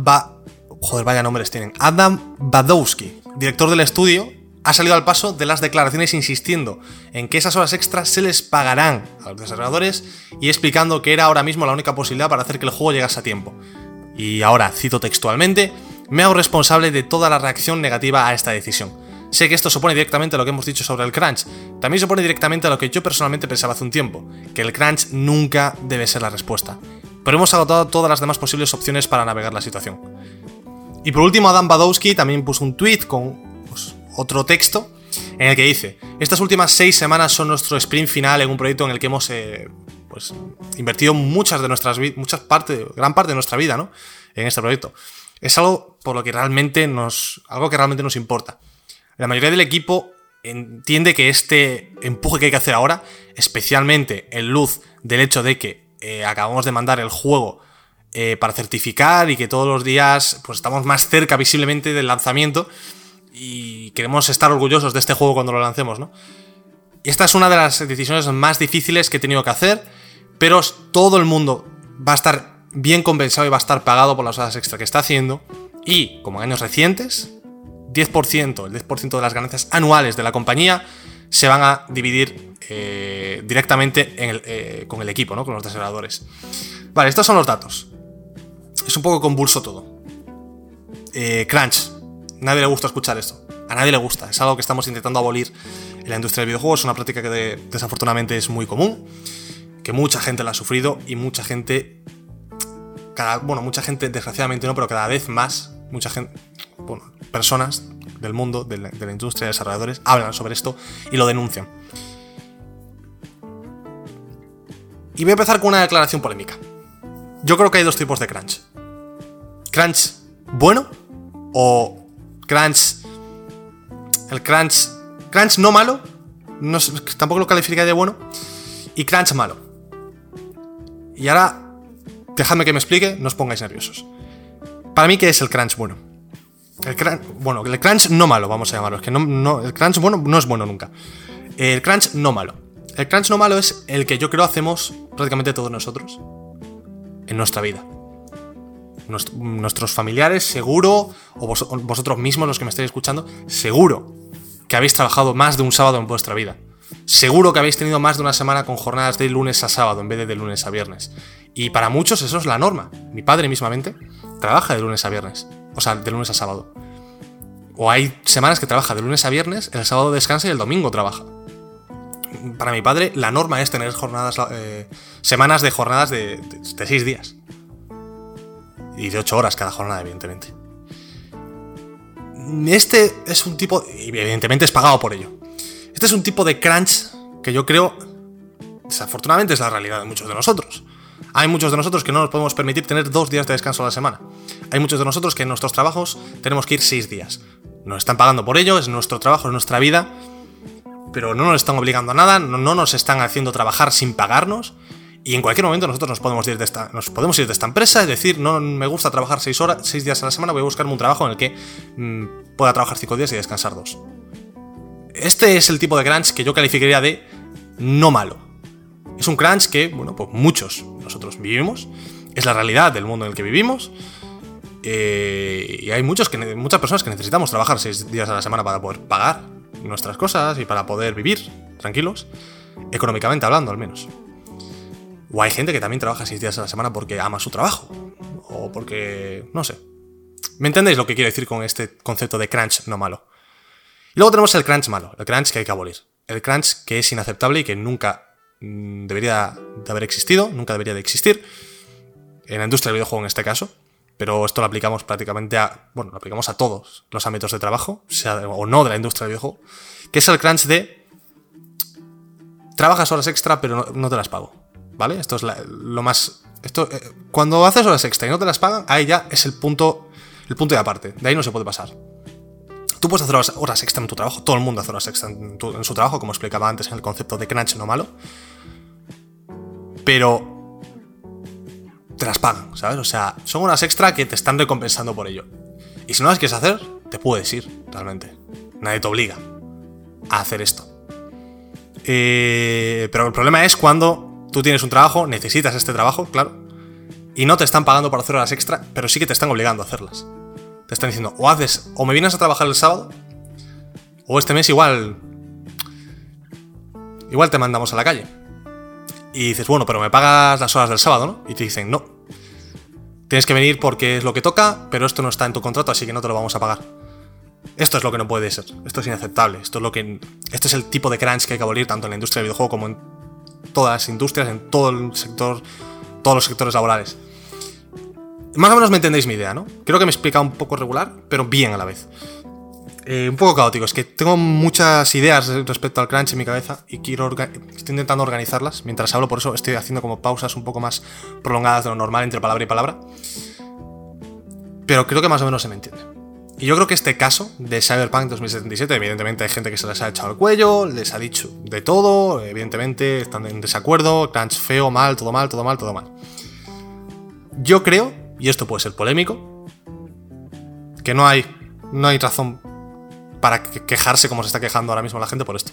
Badowski, director del estudio, ha salido al paso de las declaraciones insistiendo en que esas horas extras se les pagarán a los desarrolladores y explicando que era ahora mismo la única posibilidad para hacer que el juego llegase a tiempo. Y ahora, cito textualmente: me hago responsable de toda la reacción negativa a esta decisión. Sé que esto se opone directamente a lo que hemos dicho sobre el crunch. También se opone directamente a lo que yo personalmente pensaba hace un tiempo, que el crunch nunca debe ser la respuesta. Pero hemos agotado todas las demás posibles opciones para navegar la situación. Y por último, Adam Badowski también puso un tweet con otro texto en el que dice: estas últimas 6 semanas son nuestro sprint final en un proyecto en el que hemos invertido gran parte de nuestra vida, ¿no? En este proyecto. Es algo por lo que realmente nos importa. La mayoría del equipo entiende que este empuje que hay que hacer ahora, especialmente en luz del hecho de que acabamos de mandar el juego para certificar y que todos los días pues estamos más cerca visiblemente del lanzamiento y queremos estar orgullosos de este juego cuando lo lancemos, ¿no? Y esta es una de las decisiones más difíciles que he tenido que hacer, pero todo el mundo va a estar bien compensado y va a estar pagado por las horas extra que está haciendo. Y, como en años recientes, el 10% de las ganancias anuales de la compañía se van a dividir directamente con el equipo, ¿no? Con los desarrolladores. Vale, estos son los datos. Es un poco convulso todo. Crunch. Nadie le gusta escuchar esto. A nadie le gusta. Es algo que estamos intentando abolir en la industria del videojuego. Es una práctica que desafortunadamente es muy común, que mucha gente la ha sufrido y mucha gente, mucha gente desgraciadamente no, pero cada vez más, personas del mundo, de la industria de desarrolladores, hablan sobre esto y lo denuncian. Y voy a empezar con una declaración polémica. Yo creo que hay dos tipos de crunch. Crunch bueno o crunch... El crunch no malo, no, tampoco lo calificaría de bueno, y crunch malo. Y ahora, dejadme que me explique, no os pongáis nerviosos. Para mí, ¿qué es el crunch bueno? El crunch no malo, vamos a llamarlo. Es que el crunch bueno no es bueno nunca. El crunch no malo. El crunch no malo es el que yo creo hacemos prácticamente todos nosotros en nuestra vida. Nuestros familiares, seguro, o vosotros mismos, los que me estáis escuchando, seguro que habéis trabajado más de un sábado en vuestra vida. Seguro que habéis tenido más de una semana con jornadas de lunes a sábado en vez de lunes a viernes. Y para muchos eso es la norma. Mi padre mismamente trabaja de lunes a viernes, o sea, de lunes a sábado. O hay semanas que trabaja de lunes a viernes, el sábado descansa y el domingo trabaja. Para mi padre la norma es tener semanas de jornadas de 6 días. Y de 8 horas cada jornada, evidentemente. Este es un tipo... Y evidentemente es pagado por ello. Este es un tipo de crunch que yo creo... Desafortunadamente es la realidad de muchos de nosotros. Hay muchos de nosotros que no nos podemos permitir tener 2 días de descanso a la semana. Hay muchos de nosotros que en nuestros trabajos tenemos que ir 6 días. Nos están pagando por ello, es nuestro trabajo, es nuestra vida. Pero no nos están obligando a nada, no nos están haciendo trabajar sin pagarnos. Y en cualquier momento nosotros nos podemos ir de esta empresa, es decir, no me gusta trabajar 6 días a la semana, voy a buscarme un trabajo en el que pueda trabajar 5 días y descansar 2. Este es el tipo de crunch que yo calificaría de no malo. Es un crunch que, pues muchos nosotros vivimos, es la realidad del mundo en el que vivimos, y hay muchas personas que necesitamos trabajar 6 días a la semana para poder pagar nuestras cosas y para poder vivir tranquilos, económicamente hablando al menos. O hay gente que también trabaja 6 días a la semana porque ama su trabajo. O porque... no sé. ¿Me entendéis lo que quiero decir con este concepto de crunch no malo? Y luego tenemos el crunch malo. El crunch que hay que abolir. El crunch que es inaceptable y que nunca debería de haber existido. Nunca debería de existir. En la industria del videojuego en este caso. Pero esto lo aplicamos prácticamente lo aplicamos a todos los ámbitos de trabajo. Sea o no de la industria del videojuego. Que es el crunch de... trabajas horas extra pero no te las pago. ¿Vale? Esto es lo más... cuando haces horas extra y no te las pagan, ahí ya es el punto de aparte. De ahí no se puede pasar. Tú puedes hacer horas extra en tu trabajo. Todo el mundo hace horas extra en su trabajo, como explicaba antes en el concepto de crunch no malo. Pero te las pagan, ¿sabes? O sea, son horas extra que te están recompensando por ello. Y si no las quieres hacer, te puedes ir, realmente. Nadie te obliga a hacer esto. Pero el problema es cuando... tú tienes un trabajo, necesitas este trabajo, claro, y no te están pagando por hacer horas extra, pero sí que te están obligando a hacerlas. Te están diciendo, o me vienes a trabajar el sábado, o este mes igual te mandamos a la calle. Y dices, bueno, pero me pagas las horas del sábado, ¿no? Y te dicen, no, tienes que venir porque es lo que toca, pero esto no está en tu contrato, así que no te lo vamos a pagar. Esto es lo que no puede ser, esto es inaceptable, esto es el tipo de crunch que hay que abolir tanto en la industria del videojuego como en todas las industrias, en todo el sector, todos los sectores laborales. Más o menos me entendéis mi idea, ¿no? Creo que me he explicado un poco regular, pero bien a la vez. Un poco caótico, es que tengo muchas ideas respecto al crunch en mi cabeza y estoy intentando organizarlas mientras hablo, por eso estoy haciendo como pausas un poco más prolongadas de lo normal entre palabra y palabra. Pero creo que más o menos se me entiende. Y yo creo que este caso de Cyberpunk 2077, evidentemente hay gente que se les ha echado al cuello, les ha dicho de todo, evidentemente están en desacuerdo, crunch feo, mal, todo mal, todo mal, todo mal. Yo creo, y esto puede ser polémico, que no hay razón para quejarse como se está quejando ahora mismo la gente por esto.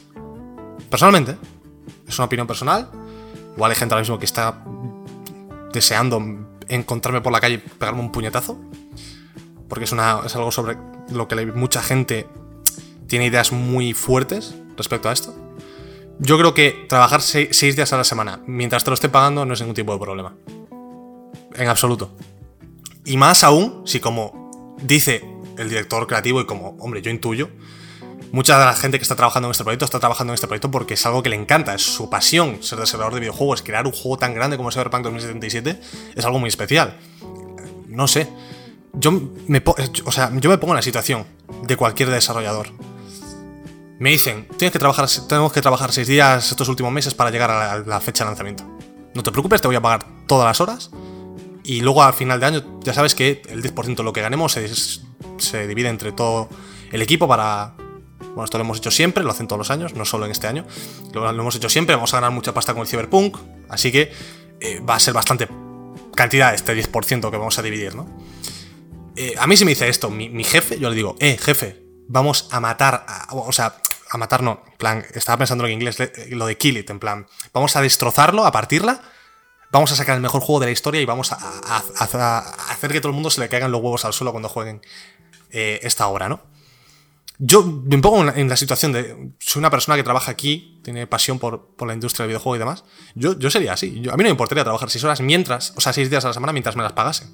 Personalmente, es una opinión personal, igual hay gente ahora mismo que está deseando encontrarme por la calle y pegarme un puñetazo. Porque es algo sobre lo que mucha gente tiene ideas muy fuertes respecto a esto. Yo creo que trabajar 6 días a la semana mientras te lo esté pagando no es ningún tipo de problema. En absoluto. Y más aún si, como dice el director creativo y como, hombre, yo intuyo, mucha de la gente que está trabajando en este proyecto está trabajando en este proyecto porque es algo que le encanta, es su pasión ser desarrollador de videojuegos. Crear un juego tan grande como Cyberpunk 2077 es algo muy especial. No sé. Yo me pongo en la situación de cualquier desarrollador. Me dicen, tenemos que trabajar 6 días estos últimos meses para llegar a la fecha de lanzamiento. No te preocupes, te voy a pagar todas las horas. Y luego al final de año ya sabes que el 10% de lo que ganemos se divide entre todo el equipo para... Bueno, esto lo hemos hecho siempre, lo hacen todos los años, no solo en este año. Lo hemos hecho siempre, vamos a ganar mucha pasta con el Cyberpunk. Así que va a ser bastante cantidad este 10% que vamos a dividir, ¿no? A mí si me dice esto mi jefe, yo le digo, jefe, vamos a matar... a matar no, en plan, estaba pensando en inglés, lo de kill it, en plan, vamos a destrozarlo, a partirla. Vamos a sacar el mejor juego de la historia y vamos a hacer que todo el mundo se le caigan los huevos al suelo cuando jueguen esta obra, ¿no? Yo me pongo en la situación de... Soy una persona que trabaja aquí, tiene pasión por la industria del videojuego y demás. Yo sería así. A mí no me importaría trabajar 6 horas 6 días a la semana mientras me las pagasen.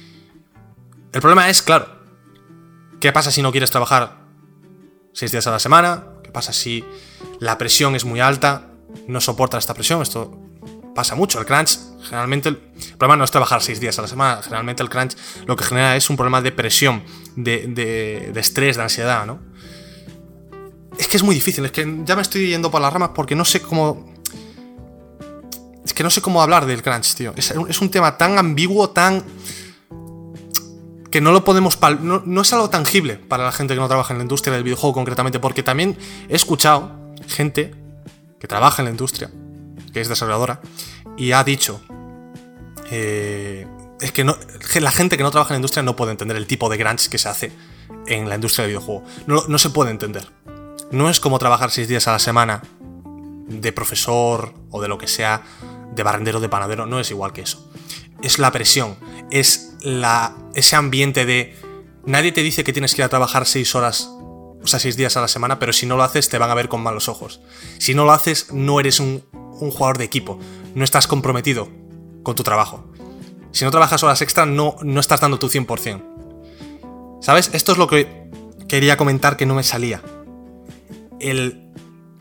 El problema es, claro, ¿qué pasa si no quieres trabajar 6 días a la semana? ¿Qué pasa si la presión es muy alta? No soportas esta presión. Esto pasa mucho. El crunch, generalmente, el problema no es trabajar 6 días a la semana. Generalmente el crunch lo que genera es un problema de presión, de estrés, de ansiedad, ¿no? Es que es muy difícil. Es que ya me estoy yendo por las ramas porque no sé cómo... Es que no sé cómo hablar del crunch, tío. Es un tema tan ambiguo, tan... que no lo podemos... No es algo tangible para la gente que no trabaja en la industria del videojuego concretamente, porque también he escuchado gente que trabaja en la industria, que es desarrolladora, y ha dicho es que la gente que no trabaja en la industria no puede entender el tipo de crunch que se hace en la industria del videojuego. No se puede entender. No es como trabajar 6 días a la semana de profesor o de lo que sea, de barrendero, de panadero. No es igual que eso. Es la presión, es ese ambiente de... Nadie te dice que tienes que ir a trabajar 6 horas, o sea, 6 días a la semana, pero si no lo haces te van a ver con malos ojos. Si no lo haces, no eres un jugador de equipo, no estás comprometido con tu trabajo. Si no trabajas horas extra, no estás dando tu 100%. ¿Sabes? Esto es lo que quería comentar que no me salía. El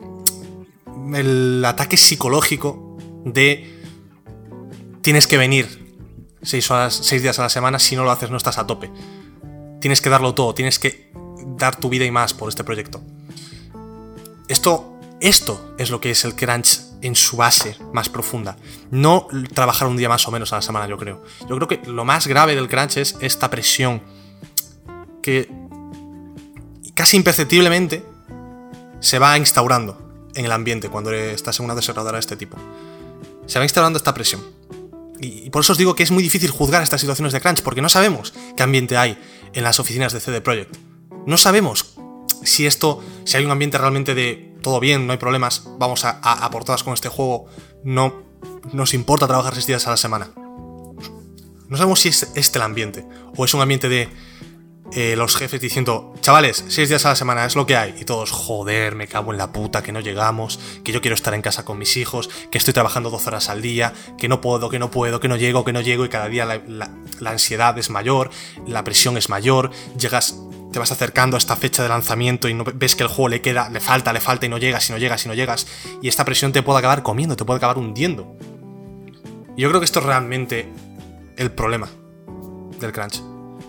ataque psicológico de tienes que venir 6 días a la semana, si no lo haces no estás a tope. Tienes que darlo todo, tienes que dar tu vida y más por este proyecto. Esto es lo que es el crunch en su base más profunda. No trabajar un día más o menos a la semana, yo creo. Yo creo que lo más grave del crunch es esta presión que casi imperceptiblemente se va instaurando en el ambiente cuando estás en una desarrolladora de este tipo. Se va instaurando esta presión. Y por eso os digo que es muy difícil juzgar estas situaciones de crunch, porque no sabemos qué ambiente hay en las oficinas de CD Projekt. No sabemos si hay un ambiente realmente de todo bien, no hay problemas, vamos a por todas con este juego, no nos importa trabajar 6 días a la semana. No sabemos si es este el ambiente, o es un ambiente de los jefes diciendo, chavales, 6 días a la semana es lo que hay, y todos, joder, me cago en la puta, que no llegamos, que yo quiero estar en casa con mis hijos, que estoy trabajando 12 horas al día, que no puedo, que no llego, y cada día la ansiedad es mayor, la presión es mayor, te vas acercando a esta fecha de lanzamiento y no ves que el juego le falta y no llegas, y esta presión te puede acabar comiendo, te puede acabar hundiendo. Y yo creo que esto es realmente el problema del crunch.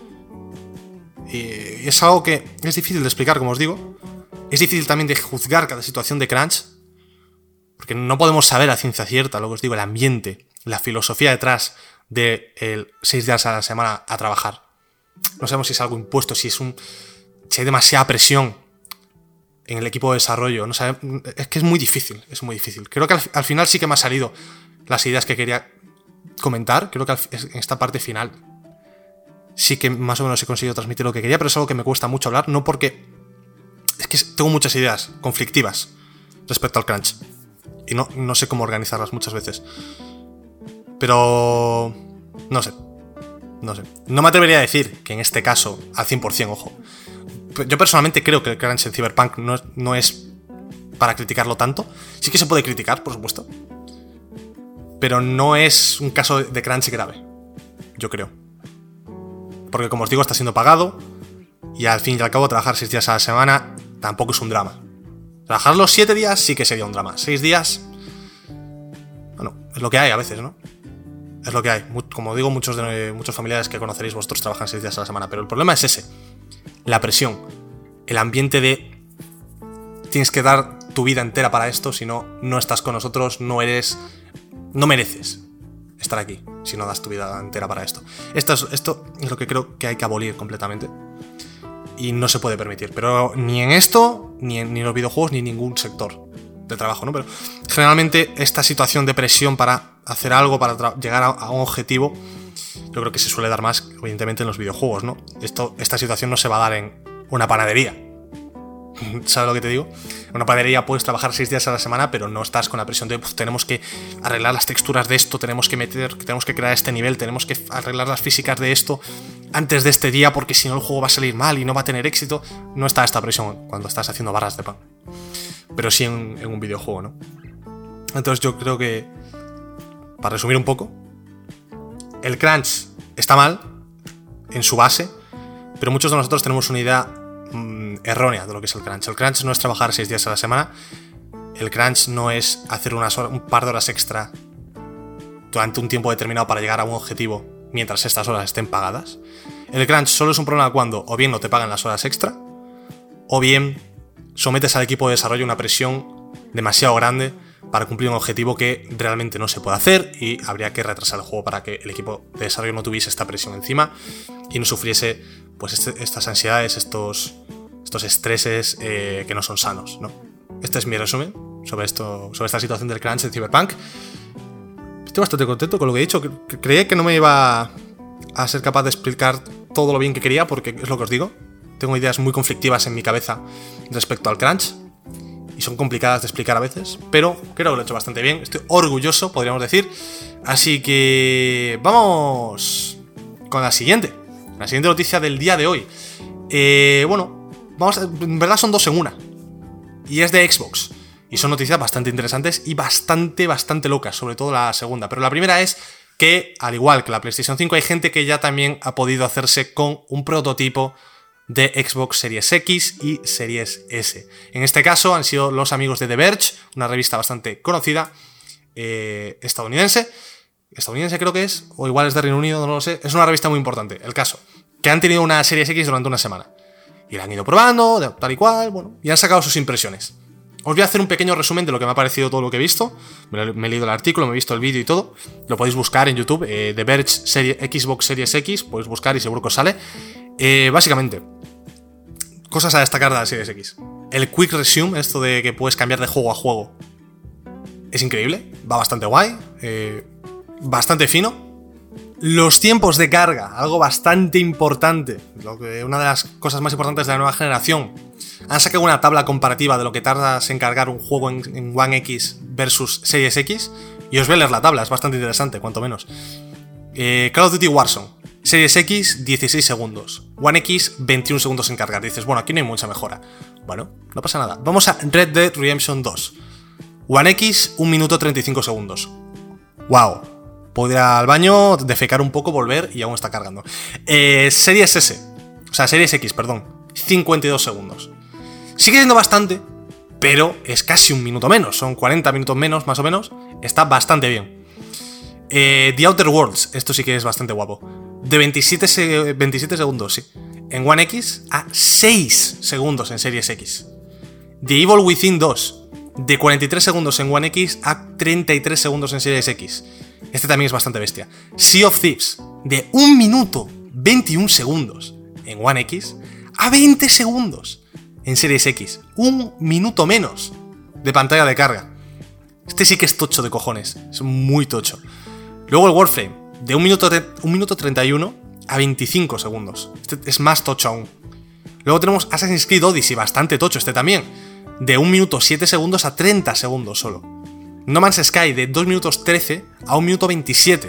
Y es algo que es difícil de explicar, como os digo. Es difícil también de juzgar cada situación de crunch, porque no podemos saber a ciencia cierta, lo que os digo, el ambiente, la filosofía detrás de 6 días a la semana a trabajar. No sabemos si es algo impuesto, si hay demasiada presión en el equipo de desarrollo. No sabemos, es que es muy difícil. Creo que al final sí que me han salido las ideas que quería comentar. Creo que en esta parte final sí que más o menos he conseguido transmitir lo que quería, pero es algo que me cuesta mucho hablar, no porque... Es que tengo muchas ideas conflictivas respecto al crunch y no sé cómo organizarlas muchas veces. Pero... no sé. No sé. No me atrevería a decir que en este caso, al 100%, ojo. Yo personalmente creo que el crunch en Cyberpunk no es para criticarlo tanto. Sí que se puede criticar, por supuesto. Pero no es un caso de crunch grave, yo creo. Porque como os digo, está siendo pagado. Y al fin y al cabo, trabajar 6 días a la semana tampoco es un drama. Trabajar los 7 días sí que sería un drama. 6 días... Bueno, es lo que hay a veces, ¿no? Es lo que hay. Como digo, muchos familiares que conoceréis vosotros trabajan 6 días a la semana. Pero el problema es ese. La presión. El ambiente de... Tienes que dar tu vida entera para esto. Si no, no estás con nosotros. No mereces estar aquí si no das tu vida entera para esto. Esto es lo que creo que hay que abolir completamente. Y no se puede permitir. Pero ni en esto, ni en los videojuegos, ni en ningún sector de trabajo, ¿no? Pero generalmente esta situación de presión para hacer algo, para llegar a un objetivo, yo creo que se suele dar más, evidentemente, en los videojuegos, ¿no? Esta situación no se va a dar en una panadería. ¿Sabes lo que te digo? En una panadería puedes trabajar 6 días a la semana, pero no estás con la presión de tenemos que arreglar las texturas de esto, tenemos que crear este nivel, tenemos que arreglar las físicas de esto antes de este día, porque si no el juego va a salir mal y no va a tener éxito. No está esta presión cuando estás haciendo barras de pan. Pero sí en un videojuego, ¿no? Entonces yo creo que, para resumir un poco, el crunch está mal en su base, pero muchos de nosotros tenemos una idea errónea de lo que es el crunch. El crunch no es trabajar 6 días a la semana. El crunch no es hacer un par de horas extra durante un tiempo determinado para llegar a un objetivo mientras estas horas estén pagadas. El crunch solo es un problema cuando o bien no te pagan las horas extra, o bien sometes al equipo de desarrollo a una presión demasiado grande para cumplir un objetivo que realmente no se puede hacer, y habría que retrasar el juego para que el equipo de desarrollo no tuviese esta presión encima y no sufriese pues estas ansiedades, estos estreses que no son sanos, ¿no? Este es mi resumen sobre esta situación del crunch en Cyberpunk. Estoy bastante contento con lo que he dicho. Creía que no me iba a ser capaz de explicar todo lo bien que quería, porque es lo que os digo. Tengo ideas muy conflictivas en mi cabeza respecto al crunch y son complicadas de explicar a veces, pero creo que lo he hecho bastante bien. Estoy orgulloso, podríamos decir. Así que vamos con la siguiente noticia del día de hoy. En verdad son dos en una, y es de Xbox, y son noticias bastante interesantes y bastante locas, sobre todo la segunda. Pero la primera es que, al igual que la PlayStation 5, hay gente que ya también ha podido hacerse con un prototipo de Xbox Series X y Series S. En este caso han sido los amigos de The Verge, una revista bastante conocida, estadounidense creo que es, o igual es de Reino Unido, no lo sé. Es una revista muy importante. El caso, que han tenido una Series X durante una semana y la han ido probando, tal y cual, y han sacado sus impresiones. Os voy a hacer un pequeño resumen de lo que me ha parecido todo lo que he visto. Me he leído el artículo, me he visto el vídeo y todo. Lo podéis buscar en YouTube, The Verge Xbox Series X, podéis buscar y seguro que os sale. Básicamente, cosas a destacar de la Series X. El Quick Resume, esto de que puedes cambiar de juego a juego, es increíble, va bastante guay, bastante fino. Los tiempos de carga, algo bastante importante, una de las cosas más importantes de la nueva generación. Han sacado una tabla comparativa de lo que tardas en cargar un juego en One X versus Series X, y os voy a leer la tabla, es bastante interesante, cuanto menos. Call of Duty Warzone, Series X 16 segundos, One X 21 segundos en cargar. Dices, bueno, aquí no hay mucha mejora. Bueno, no pasa nada. Vamos a Red Dead Redemption 2, One X 1 minuto 35 segundos. ¡Wow! Puedo ir al baño, defecar un poco, volver y aún está cargando. Series X, 52 segundos. Sigue siendo bastante, pero es casi un minuto menos. Son 40 minutos menos, más o menos. Está bastante bien. The Outer Worlds, esto sí que es bastante guapo. De 27 segundos, sí. En One X a 6 segundos en Series X. The Evil Within 2, de 43 segundos en One X a 33 segundos en Series X. Este también es bastante bestia. Sea of Thieves, de 1 minuto 21 segundos en One X a 20 segundos en Series X. 1 minuto menos de pantalla de carga. Este sí que es tocho de cojones. Es muy tocho. Luego el Warframe, de 1 minuto 31 a 25 segundos. Este es más tocho aún. Luego tenemos Assassin's Creed Odyssey, bastante tocho este también. De 1 minuto 7 segundos a 30 segundos solo. No Man's Sky, de 2 minutos 13 a 1 minuto 27.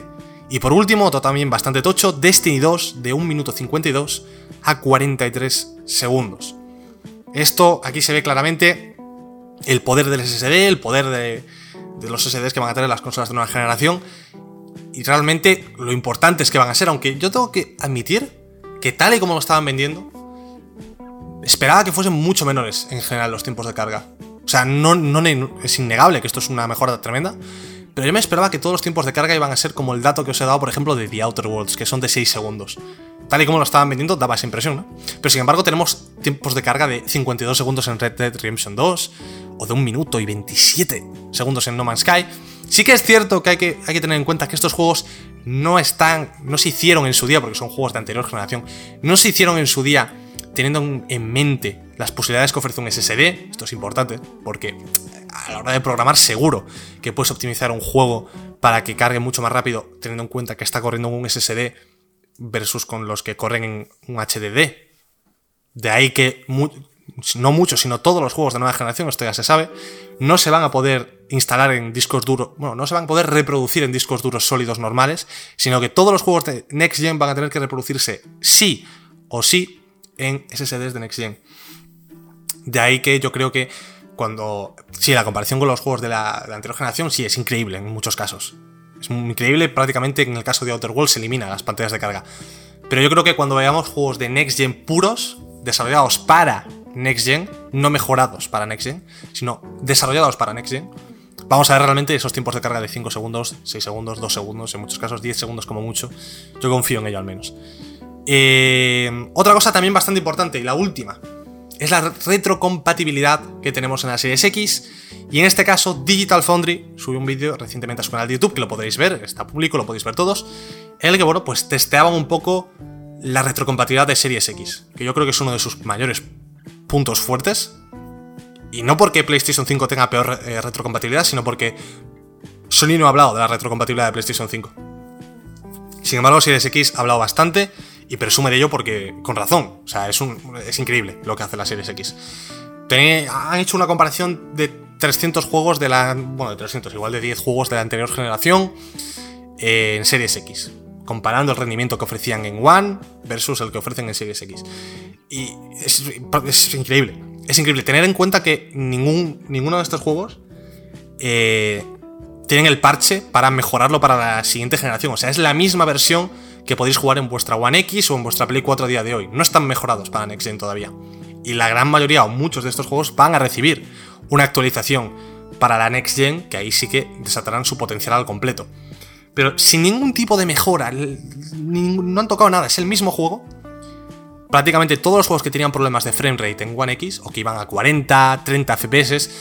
Y por último, otro también bastante tocho, Destiny 2 de 1 minuto 52 a 43 segundos. Esto aquí se ve claramente el poder del SSD, el poder de los SSDs que van a tener las consolas de nueva generación. Y realmente lo importante es que van a ser, aunque yo tengo que admitir que tal y como lo estaban vendiendo, esperaba que fuesen mucho menores en general los tiempos de carga. O sea, no es innegable que esto es una mejora tremenda, pero yo me esperaba que todos los tiempos de carga iban a ser como el dato que os he dado, por ejemplo, de The Outer Worlds, que son de 6 segundos. Tal y como lo estaban vendiendo, daba esa impresión, ¿no? Pero sin embargo tenemos tiempos de carga de 52 segundos en Red Dead Redemption 2, o de 1 minuto y 27 segundos en No Man's Sky. Sí que es cierto que hay que tener en cuenta que estos juegos no se hicieron en su día, porque son juegos de anterior generación, no se hicieron en su día teniendo en mente las posibilidades que ofrece un SSD. Esto es importante, porque a la hora de programar seguro que puedes optimizar un juego para que cargue mucho más rápido, teniendo en cuenta que está corriendo en un SSD versus con los que corren en un HDD. De ahí que no muchos, sino todos los juegos de nueva generación, esto ya se sabe, no se van a poder instalar en discos duros, bueno, no se van a poder reproducir en discos duros sólidos normales, sino que todos los juegos de Next Gen van a tener que reproducirse sí o sí en SSDs de Next Gen. De ahí que yo creo que sí, la comparación con los juegos de la anterior generación sí es increíble en muchos casos. Es muy increíble, prácticamente en el caso de Outer Worlds se eliminan las pantallas de carga. Pero yo creo que cuando veamos juegos de Next Gen puros, desarrollados para Next Gen, no mejorados para Next Gen, sino desarrollados para Next Gen, vamos a ver realmente esos tiempos de carga de 5 segundos, 6 segundos, 2 segundos, en muchos casos 10 segundos como mucho. Yo confío en ello al menos. Otra cosa también bastante importante, y la última, es la retrocompatibilidad que tenemos en la Series X. Y en este caso Digital Foundry subió un vídeo recientemente a su canal de YouTube, que lo podréis ver, está público, lo podéis ver todos, en el que, bueno, pues testeaban un poco la retrocompatibilidad de Series X, que yo creo que es uno de sus mayores puntos fuertes. Y no porque PlayStation 5 tenga peor retrocompatibilidad, sino porque Sony no ha hablado de la retrocompatibilidad de PlayStation 5. Sin embargo, Series X ha hablado bastante y presume de ello porque, con razón, o sea, es increíble lo que hace la Series X. Han hecho una comparación de 300 juegos de 300, igual de 10 juegos de la anterior generación en Series X, comparando el rendimiento que ofrecían en One versus el que ofrecen en Series X. Y es increíble. Es increíble tener en cuenta que ninguno de estos juegos tienen el parche para mejorarlo para la siguiente generación. O sea, es la misma versión que podéis jugar en vuestra One X o en vuestra Play 4 a día de hoy. No están mejorados para Next Gen todavía. Y la gran mayoría o muchos de estos juegos van a recibir una actualización para la Next Gen, que ahí sí que desatarán su potencial al completo. Pero sin ningún tipo de mejora, no han tocado nada, es el mismo juego. Prácticamente todos los juegos que tenían problemas de framerate en One X, o que iban a 40, 30 FPS,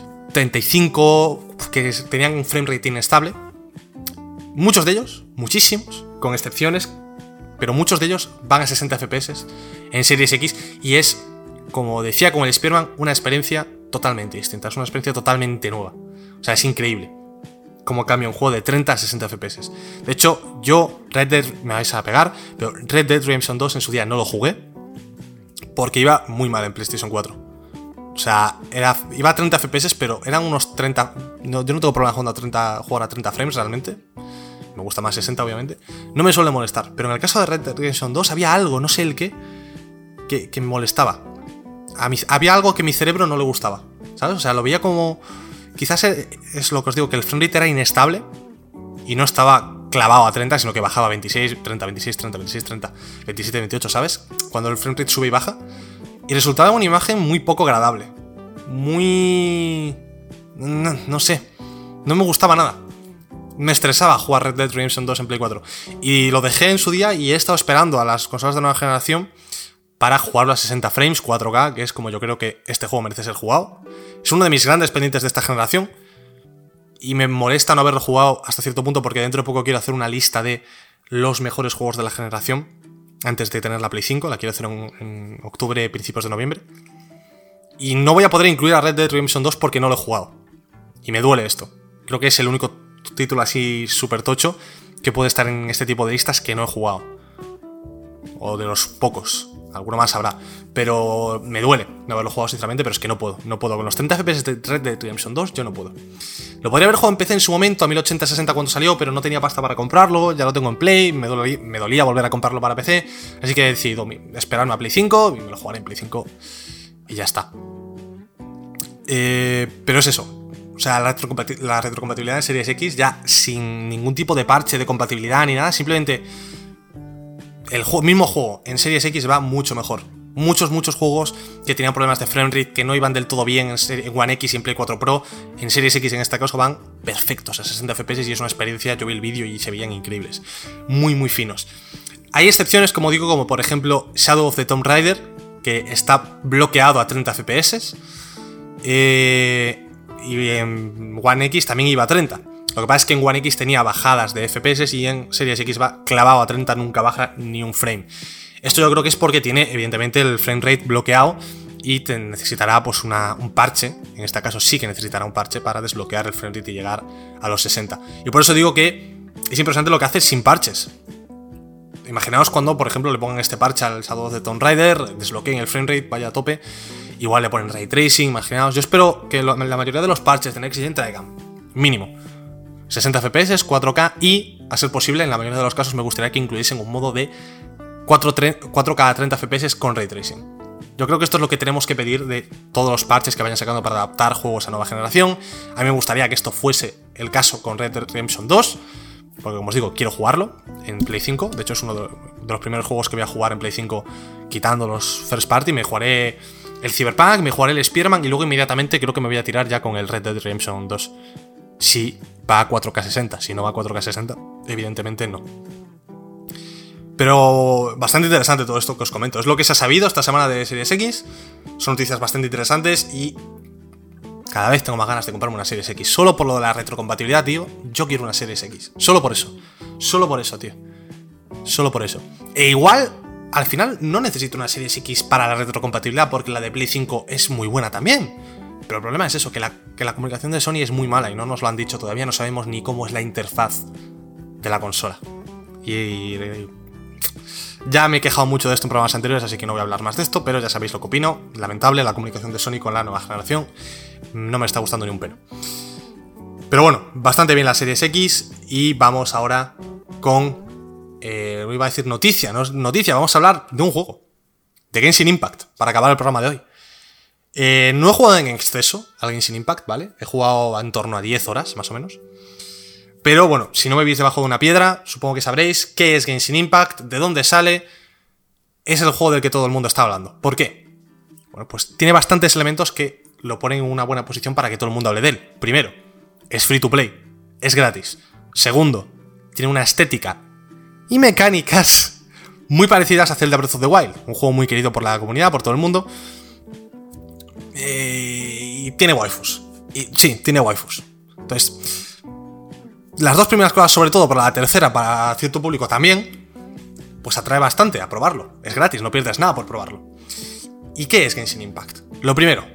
35, que tenían un framerate inestable, muchos de ellos, muchísimos, con excepciones, pero muchos de ellos van a 60 FPS en Series X, y es, como decía con el Spearman, una experiencia totalmente distinta, es una experiencia totalmente nueva. O sea, es increíble cómo cambia un juego de 30 a 60 FPS. De hecho, Red Dead, me vais a pegar, pero Red Dead Redemption 2 en su día no lo jugué porque iba muy mal en PlayStation 4. O sea, iba a 30 FPS, pero eran unos 30... yo no tengo problema jugar a 30 frames realmente. Me gusta más 60, obviamente. No me suele molestar, pero en el caso de Red Dead Redemption 2 había algo, no sé el qué, que me molestaba. Había algo que a mi cerebro no le gustaba, ¿sabes? O sea, lo veía como... Quizás es lo que os digo, que el framerate era inestable y no estaba clavado a 30, sino que bajaba a 26, 30, 26, 30, 26, 30, 27, 28, ¿sabes? Cuando el framerate sube y baja. Y resultaba una imagen muy poco agradable. Muy... No sé. No me gustaba nada. Me estresaba jugar Red Dead Redemption 2 en Play 4. Y lo dejé en su día y he estado esperando a las consolas de nueva generación para jugarlo a 60 frames, 4K, que es como yo creo que este juego merece ser jugado. Es uno de mis grandes pendientes de esta generación y me molesta no haberlo jugado hasta cierto punto porque dentro de poco quiero hacer una lista de los mejores juegos de la generación antes de tener la Play 5, la quiero hacer en octubre, principios de noviembre. Y no voy a poder incluir a Red Dead Redemption 2 porque no lo he jugado. Y me duele esto. Creo que es el único título así súper tocho que puede estar en este tipo de listas que no he jugado. O de los pocos alguno más habrá, pero me duele no haberlo jugado sinceramente, pero es que no puedo con los 30 FPS de Red Dead Redemption 2, yo no puedo. Lo podría haber jugado en PC en su momento, a 1080-60 cuando salió, pero no tenía pasta para comprarlo, ya lo tengo en Play, me dolía volver a comprarlo para PC, así que he decidido esperarme a Play 5 y me lo jugaré en Play 5 y ya está. Pero es eso. O sea, la retrocompatibilidad de Series X ya sin ningún tipo de parche de compatibilidad ni nada, simplemente el mismo juego en Series X va mucho mejor. Muchos juegos que tenían problemas de framerate, que no iban del todo bien en One X y en Play 4 Pro, en Series X en este caso van perfectos a 60 FPS y es una experiencia, yo vi el vídeo y se veían increíbles. Muy finos. Hay excepciones, como digo, como por ejemplo Shadow of the Tomb Raider, que está bloqueado a 30 FPS. Y en One X también iba a 30. Lo que pasa es que en One X tenía bajadas de FPS y en Series X va clavado a 30, nunca baja ni un frame. Esto yo creo que es porque tiene evidentemente el frame rate bloqueado y necesitará pues un parche. En este caso sí que necesitará un parche para desbloquear el frame rate y llegar a los 60. Y por eso digo que es impresionante lo que hace sin parches. Imaginaos cuando, por ejemplo, le pongan este parche al Shadow of the Tomb Raider, desbloqueen el frame rate, vaya a tope. Igual le ponen ray tracing, imaginaos. Yo espero que la mayoría de los parches de Next Gen traigan mínimo 60 FPS, 4K y, a ser posible, en la mayoría de los casos me gustaría que incluyesen un modo de 4K a 30 FPS con ray tracing. Yo creo que esto es lo que tenemos que pedir de todos los parches que vayan sacando para adaptar juegos a nueva generación. A mí me gustaría que esto fuese el caso con Red Dead Redemption 2, porque como os digo, quiero jugarlo en Play 5. De hecho, es uno de los primeros juegos que voy a jugar en Play 5 quitando los first party. Me jugaré el Cyberpunk, me jugaré el Spider-Man y luego inmediatamente creo que me voy a tirar ya con el Red Dead Redemption 2. Si va a 4K 60, si no va a 4K 60, evidentemente no. Pero bastante interesante todo esto que os comento. Es lo que se ha sabido esta semana de Series X. Son noticias bastante interesantes y cada vez tengo más ganas de comprarme una Series X. Solo por lo de la retrocompatibilidad, tío. Yo quiero una Series X. Solo por eso. Solo por eso, tío. Solo por eso. E igual, al final, no necesito una Series X para la retrocompatibilidad porque la de Play 5 es muy buena también. Pero el problema es eso, que la comunicación de Sony es muy mala y no nos lo han dicho todavía. No sabemos ni cómo es la interfaz de la consola. Y ya me he quejado mucho de esto en programas anteriores, así que no voy a hablar más de esto, pero ya sabéis lo que opino. Lamentable, la comunicación de Sony con la nueva generación no me está gustando ni un pelo. Pero bueno, bastante bien la Series X y vamos ahora con... iba a decir noticia, no es noticia, vamos a hablar de un juego. De Genshin Impact, para acabar el programa de hoy. No he jugado en exceso al Genshin Impact, ¿vale? He jugado en torno a 10 horas, más o menos. Pero bueno, si no me veis debajo de una piedra, supongo que sabréis qué es Genshin Impact, de dónde sale. Es el juego del que todo el mundo está hablando. ¿Por qué? Bueno, pues tiene bastantes elementos que lo ponen en una buena posición para que todo el mundo hable de él. Primero, es free to play, es gratis. Segundo, tiene una estética y mecánicas muy parecidas a Zelda Breath of the Wild, un juego muy querido por la comunidad, por todo el mundo. Y tiene waifus. Y sí, tiene waifus. Entonces, las dos primeras cosas, sobre todo, pero la tercera, para cierto público también, pues atrae bastante a probarlo. Es gratis, no pierdes nada por probarlo. ¿Y qué es Genshin Impact? Lo primero.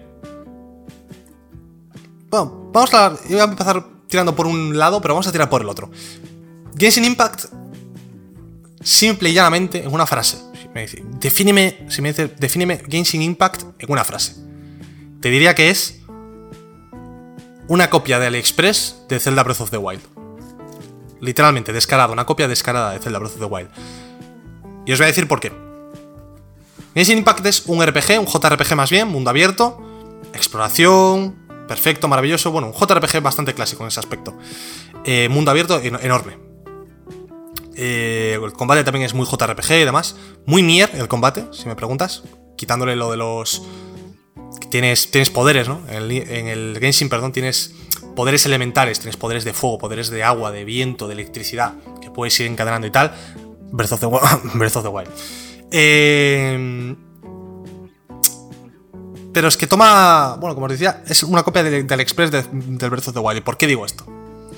Bueno, yo voy a empezar tirando por un lado, pero vamos a tirar por el otro. Genshin Impact, simple y llanamente, en una frase. Defíneme Genshin Impact en una frase. Te diría que es una copia de AliExpress de Zelda Breath of the Wild. Literalmente, descarada, una copia descarada de Zelda Breath of the Wild. Y os voy a decir por qué. Genshin Impact es un RPG, un JRPG más bien, mundo abierto, exploración, perfecto, maravilloso. Bueno, un JRPG bastante clásico en ese aspecto. Mundo abierto enorme. El combate también es muy JRPG y demás. Muy Nier el combate, si me preguntas. Quitándole lo de los... Tienes poderes, ¿no? En el Genshin, perdón, tienes poderes elementales. Tienes poderes de fuego, poderes de agua, de viento, de electricidad, que puedes ir encadenando y tal. Breath of the Wild. Pero es que toma... Bueno, como os decía, es una copia del AliExpress del Breath of the Wild. ¿Y por qué digo esto?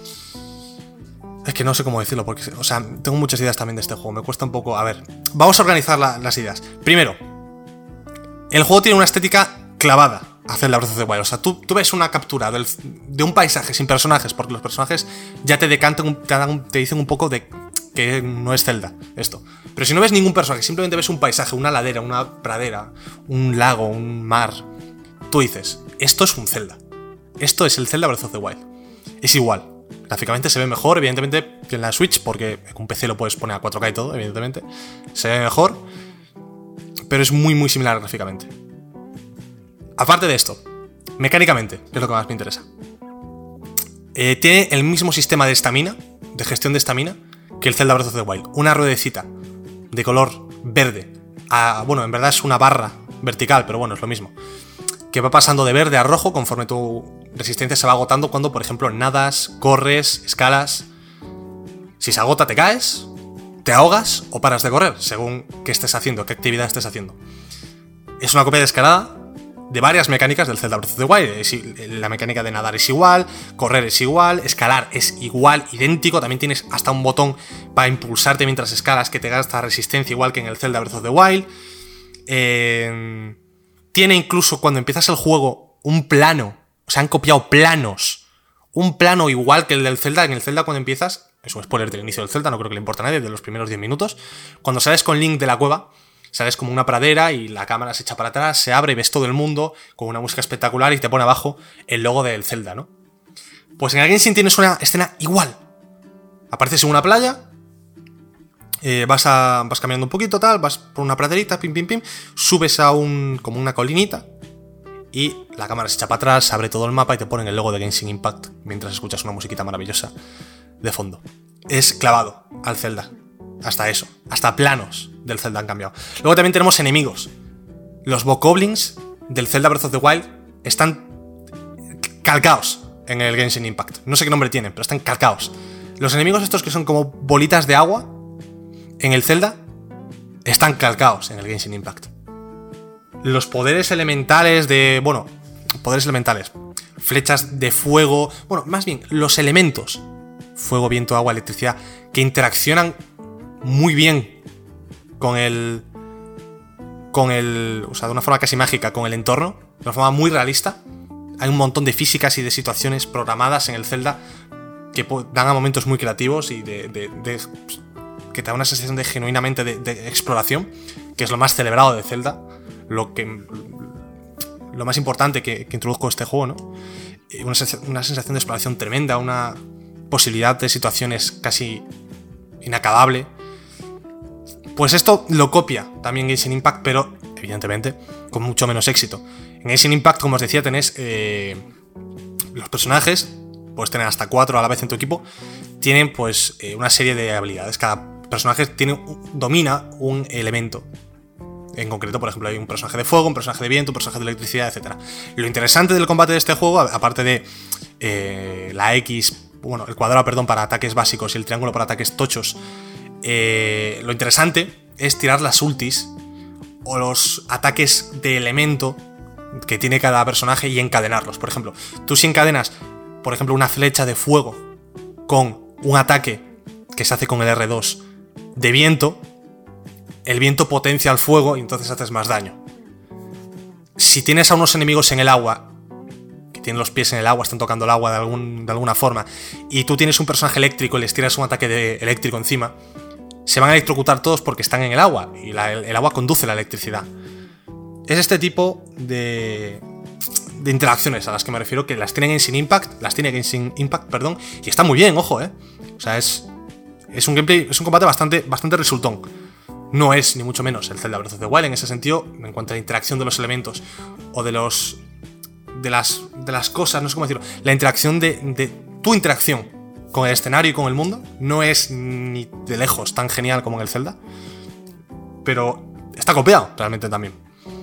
Es que no sé cómo decirlo, porque... O sea, tengo muchas ideas también de este juego. Me cuesta un poco... A ver, vamos a organizar las ideas. Primero, el juego tiene una estética clavada a Zelda Breath of the Wild. O sea, tú ves una captura de un paisaje sin personajes, porque los personajes ya te decantan, te dicen un poco de que no es Zelda, esto. Pero si no ves ningún personaje, simplemente ves un paisaje, una ladera, una pradera, un lago, un mar, tú dices, esto es un Zelda. Esto es el Zelda Breath of the Wild. Es igual. Gráficamente se ve mejor, evidentemente, que en la Switch, porque con un PC lo puedes poner a 4K y todo, evidentemente. Se ve mejor, pero es muy, muy similar gráficamente. Aparte de esto, mecánicamente, que es lo que más me interesa. Tiene el mismo sistema de estamina, de gestión de estamina, que el Zelda Breath of the Wild. Una ruedecita de color verde. Bueno, en verdad es una barra vertical, pero bueno, es lo mismo. Que va pasando de verde a rojo conforme tu resistencia se va agotando cuando, por ejemplo, nadas, corres, escalas. Si se agota, te caes, te ahogas o paras de correr, según qué estés haciendo, qué actividad estés haciendo. Es una copia descarada de varias mecánicas del Zelda Breath of the Wild. La mecánica de nadar es igual, correr es igual, escalar es igual, idéntico. También tienes hasta un botón para impulsarte mientras escalas que te gasta resistencia igual que en el Zelda Breath of the Wild. Tiene incluso, cuando empiezas el juego, un plano. O sea, han copiado planos. Un plano igual que el del Zelda. En el Zelda, cuando empiezas, es un spoiler del inicio del Zelda, no creo que le importe a nadie, de los primeros 10 minutos. Cuando sales con Link de la cueva, sales como una pradera y la cámara se echa para atrás, se abre y ves todo el mundo con una música espectacular y te pone abajo el logo del Zelda, ¿no? Pues en el Genshin tienes una escena igual. Apareces en una playa, vas caminando un poquito, tal, vas por una praderita, pim, pim, pim, subes a como una colinita y la cámara se echa para atrás, se abre todo el mapa y te ponen el logo de Genshin Impact mientras escuchas una musiquita maravillosa de fondo. Es clavado al Zelda. Hasta eso. Hasta planos del Zelda han cambiado. Luego también tenemos enemigos. Los Bokoblins del Zelda Breath of the Wild están calcaos en el Genshin Impact. No sé qué nombre tienen, pero están calcaos. Los enemigos estos que son como bolitas de agua en el Zelda están calcaos en el Genshin Impact. Los poderes elementales flechas de fuego, bueno, más bien los elementos, fuego, viento, agua, electricidad, que interaccionan muy bien con el, o sea, de una forma casi mágica, con el entorno, de una forma muy realista. Hay un montón de físicas y de situaciones programadas en el Zelda que dan a momentos muy creativos y que te da una sensación de genuinamente de exploración, que es lo más celebrado de Zelda, lo más importante que introduzco este juego, ¿no? Una sensación de exploración tremenda, una posibilidad de situaciones casi inacabable. Pues esto lo copia también Genshin Impact, pero evidentemente con mucho menos éxito. En Genshin Impact, como os decía, tenés los personajes, puedes tener hasta 4 a la vez en tu equipo, tienen pues una serie de habilidades. Cada personaje domina un elemento. En concreto, por ejemplo, hay un personaje de fuego, un personaje de viento, un personaje de electricidad, etc. Lo interesante del combate de este juego, aparte de el cuadrado, para ataques básicos y el triángulo para ataques tochos, lo interesante es tirar las ultis o los ataques de elemento que tiene cada personaje y encadenarlos. Por ejemplo, tú si encadenas, por ejemplo, una flecha de fuego con un ataque que se hace con el R2 de viento, el viento potencia el fuego y entonces haces más daño. Si tienes a unos enemigos en el agua, que tienen los pies en el agua, están tocando el agua de alguna forma, y tú tienes un personaje eléctrico y les tiras un ataque eléctrico encima, se van a electrocutar todos porque están en el agua, y el agua conduce la electricidad. Es este tipo de interacciones a las que me refiero, que las tiene Genshin Impact, y está muy bien, ojo, O sea, es un gameplay, es un combate bastante resultón. No es, ni mucho menos, el Zelda Breath of the Wild en ese sentido, en cuanto a la interacción de los elementos o de las cosas, no sé cómo decirlo. La interacción de tu interacción con el escenario y con el mundo no es ni de lejos tan genial como en el Zelda, pero está copiado realmente también.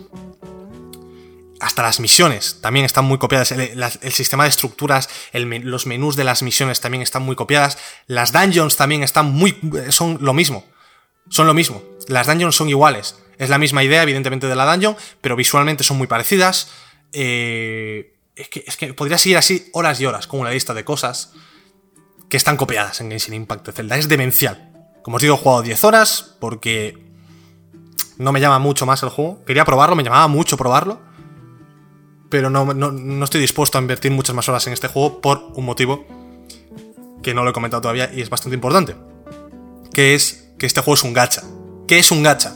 Hasta las misiones también están muy copiadas. El sistema de estructuras, los menús de las misiones también están muy copiadas. Las dungeons también son lo mismo. Las dungeons son iguales. Es la misma idea, evidentemente, de la dungeon, pero visualmente son muy parecidas. Es que podría seguir así horas y horas con una lista de cosas que están copiadas en Genshin Impact de Zelda. Es demencial. Como os digo, he jugado 10 horas porque no me llama mucho más el juego. Quería probarlo, me llamaba mucho probarlo, pero no estoy dispuesto a invertir muchas más horas en este juego por un motivo que no lo he comentado todavía y es bastante importante. que es que este juego es un gacha. ¿Qué es un gacha?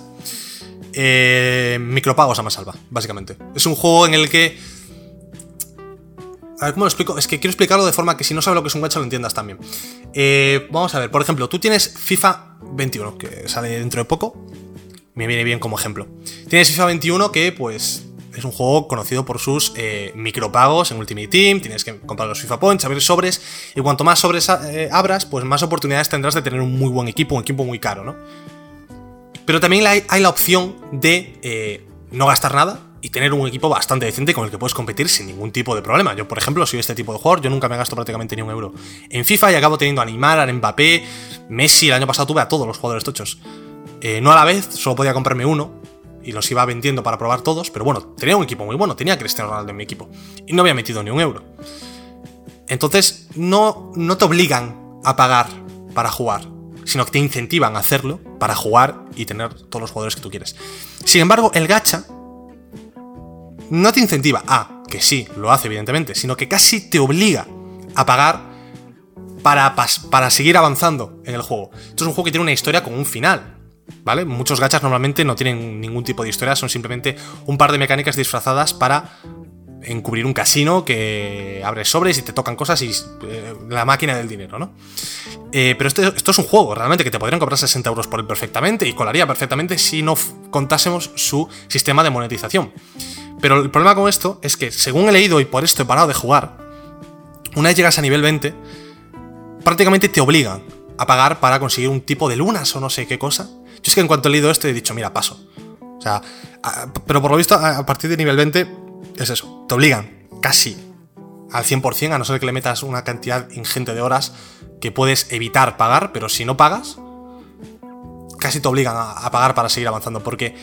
Micropagos a mansalva, básicamente. Es un juego en el que... A ver, ¿cómo lo explico? Es que quiero explicarlo de forma que si no sabes lo que es un gacha lo entiendas también. Vamos a ver, por ejemplo, tú tienes FIFA 21, que sale dentro de poco. Me viene bien como ejemplo. Tienes FIFA 21 que, pues, es un juego conocido por sus micropagos en Ultimate Team. Tienes que comprar los FIFA Points, abrir sobres. Y cuanto más sobres abras, pues más oportunidades tendrás de tener un muy buen equipo, un equipo muy caro, ¿no? Pero también hay la opción de no gastar nada y tener un equipo bastante decente con el que puedes competir sin ningún tipo de problema. Yo, por ejemplo, soy este tipo de jugador, yo nunca me gasto prácticamente ni un euro en FIFA y acabo teniendo a Neymar, a Mbappé, Messi. El año pasado tuve a todos los jugadores tochos. No a la vez, solo podía comprarme uno y los iba vendiendo para probar todos, pero bueno, tenía un equipo muy bueno, tenía a Cristiano Ronaldo en mi equipo y no había metido ni un euro. Entonces, no te obligan a pagar para jugar, sino que te incentivan a hacerlo para jugar y tener todos los jugadores que tú quieres. Sin embargo, el gacha no te incentiva que sí, lo hace evidentemente, sino que casi te obliga a pagar para seguir avanzando en el juego. Esto es un juego que tiene una historia con un final, ¿vale? Muchos gachas normalmente no tienen ningún tipo de historia, son simplemente un par de mecánicas disfrazadas para encubrir un casino que abre sobres y te tocan cosas y la máquina del dinero, ¿no? Pero esto es un juego realmente que te podrían cobrar 60 euros por él perfectamente y colaría perfectamente si no contásemos su sistema de monetización. Pero el problema con esto es que, según he leído y por esto he parado de jugar, una vez llegas a nivel 20, prácticamente te obligan a pagar para conseguir un tipo de lunas o no sé qué cosa. Yo es que en cuanto he leído esto he dicho, mira, paso. O sea, pero por lo visto a partir de nivel 20 es eso, te obligan casi al 100%, a no ser que le metas una cantidad ingente de horas que puedes evitar pagar, pero si no pagas, casi te obligan a pagar para seguir avanzando, porque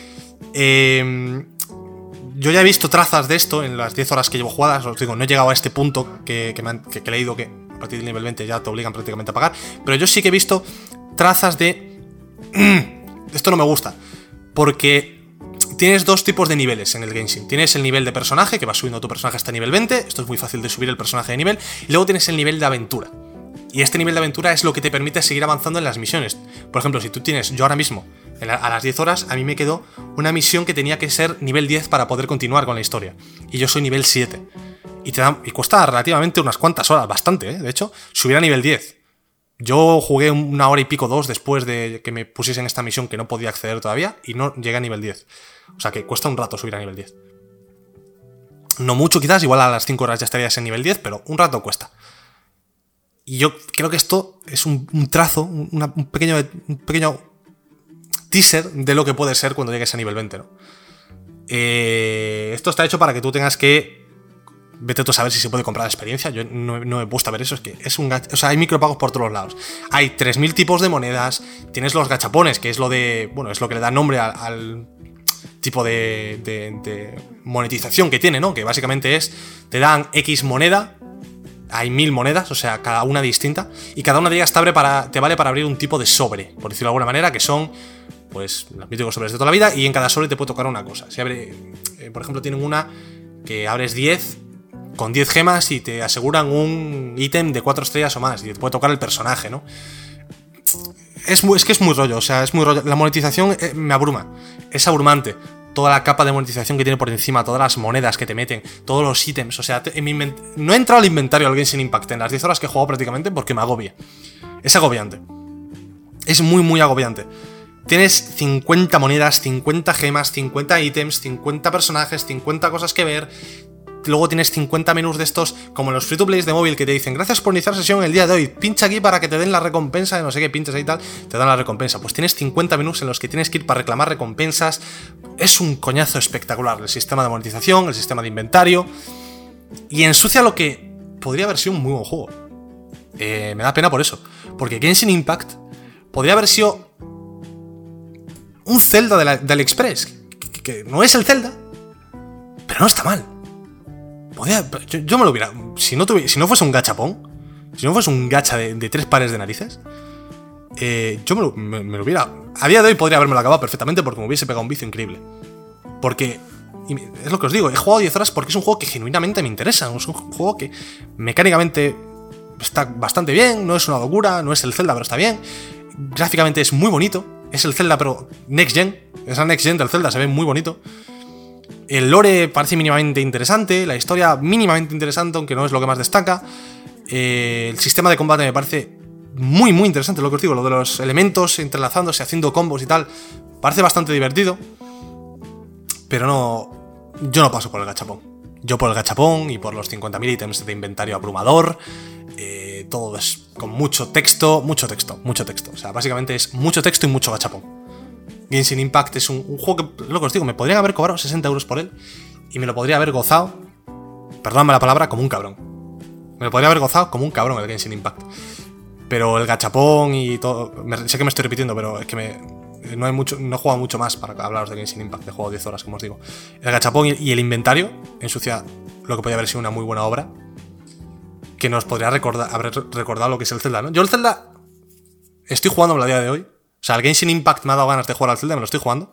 yo ya he visto trazas de esto en las 10 horas que llevo jugadas. Os digo, no he llegado a este punto que he leído que a partir del nivel 20 ya te obligan prácticamente a pagar, pero yo sí que he visto trazas de... Esto no me gusta, porque tienes dos tipos de niveles en el Genshin. Tienes el nivel de personaje, que vas subiendo tu personaje hasta nivel 20, esto es muy fácil de subir el personaje de nivel, y luego tienes el nivel de aventura. Y este nivel de aventura es lo que te permite seguir avanzando en las misiones. Por ejemplo, si tú tienes, yo ahora mismo, a las 10 horas, a mí me quedó una misión que tenía que ser nivel 10 para poder continuar con la historia. Y yo soy nivel 7. Y cuesta relativamente unas cuantas horas, bastante, de hecho, subir a nivel 10. Yo jugué 1 hora y pico, 2 después de que me pusiesen esta misión que no podía acceder todavía y no llegué a nivel 10. O sea que cuesta un rato subir a nivel 10. No mucho quizás, igual a las 5 horas ya estarías en nivel 10, pero un rato cuesta. Y yo creo que esto es un trazo, un pequeño teaser de lo que puede ser cuando llegues a nivel 20, ¿no? Esto está hecho para que tú tengas que... Vete tú a saber si se puede comprar experiencia. Yo no he puesto a ver eso. Es que es un gacha. O sea, hay micropagos por todos lados. Hay 3000 tipos de monedas. Tienes los gachapones, que es lo de... Bueno, es lo que le da nombre al tipo de monetización que tiene, ¿no? Que básicamente es... Te dan X moneda. Hay 1000 monedas, o sea, cada una distinta. Y cada una de ellas te vale para abrir un tipo de sobre, por decirlo de alguna manera, que son... Pues los míticos sobres de toda la vida. Y en cada sobre te puede tocar una cosa. Si abre... por ejemplo, tienen una que abres 10... con 10 gemas y te aseguran un ítem de 4 estrellas o más y te puede tocar el personaje, ¿no? Es que es muy rollo, o sea, es muy rollo. La monetización me abruma, es abrumante. Toda la capa de monetización que tiene por encima, todas las monedas que te meten, todos los ítems, o sea, no he entrado al inventario del Genshin Impact en las 10 horas que he jugado prácticamente porque me agobia. Es agobiante. Es muy, muy agobiante. Tienes 50 monedas, 50 gemas, 50 ítems, 50 personajes, 50 cosas que ver. Luego tienes 50 menús de estos, como los free-to-plays de móvil que te dicen gracias por iniciar sesión el día de hoy, pincha aquí para que te den la recompensa de no sé qué, pinchas ahí y tal, te dan la recompensa. Pues tienes 50 menús en los que tienes que ir para reclamar recompensas. Es un coñazo espectacular el sistema de monetización, el sistema de inventario, y ensucia lo que podría haber sido un muy buen juego. Me da pena por eso, porque Genshin Impact podría haber sido un Zelda de AliExpress, que no es el Zelda, pero no está mal. Yo me lo hubiera... Si no fuese un gachapón, si no fuese un gacha de 3 pares de narices, yo me lo hubiera... A día de hoy podría haberme lo acabado perfectamente porque me hubiese pegado un vicio increíble. Porque, es lo que os digo, he jugado 10 horas porque es un juego que genuinamente me interesa. Es un juego que mecánicamente está bastante bien, no es una locura, no es el Zelda, pero está bien. gráficamente es muy bonito. Es el Zelda, pero Next Gen. Es la Next Gen del Zelda, se ve muy bonito. El lore parece mínimamente interesante. La historia mínimamente interesante, aunque no es lo que más destaca. El sistema de combate me parece muy, muy interesante, lo que os digo. Lo de los elementos entrelazándose, haciendo combos y tal. Parece bastante divertido. Pero no... Yo no paso por el gachapón. Yo por el gachapón y por los 50.000 ítems de inventario abrumador. Todo es con mucho texto. O sea, básicamente es mucho texto y mucho gachapón. Genshin Impact es un juego que, lo que os digo, me podrían haber cobrado 60 euros por él. Y me lo podría haber gozado, perdóname la palabra, como un cabrón. Me lo podría haber gozado como un cabrón el Genshin Impact. Pero el gachapón y todo... sé que me estoy repitiendo, pero es que no he jugado mucho más para hablaros de Genshin Impact. He jugado 10 horas, como os digo. El gachapón y el inventario ensucia lo que podría haber sido una muy buena obra, que nos podría haber recordado lo que es el Zelda, ¿no? Yo el Zelda estoy jugando a día de hoy. O sea, el Genshin Impact me ha dado ganas de jugar al Zelda, me lo estoy jugando.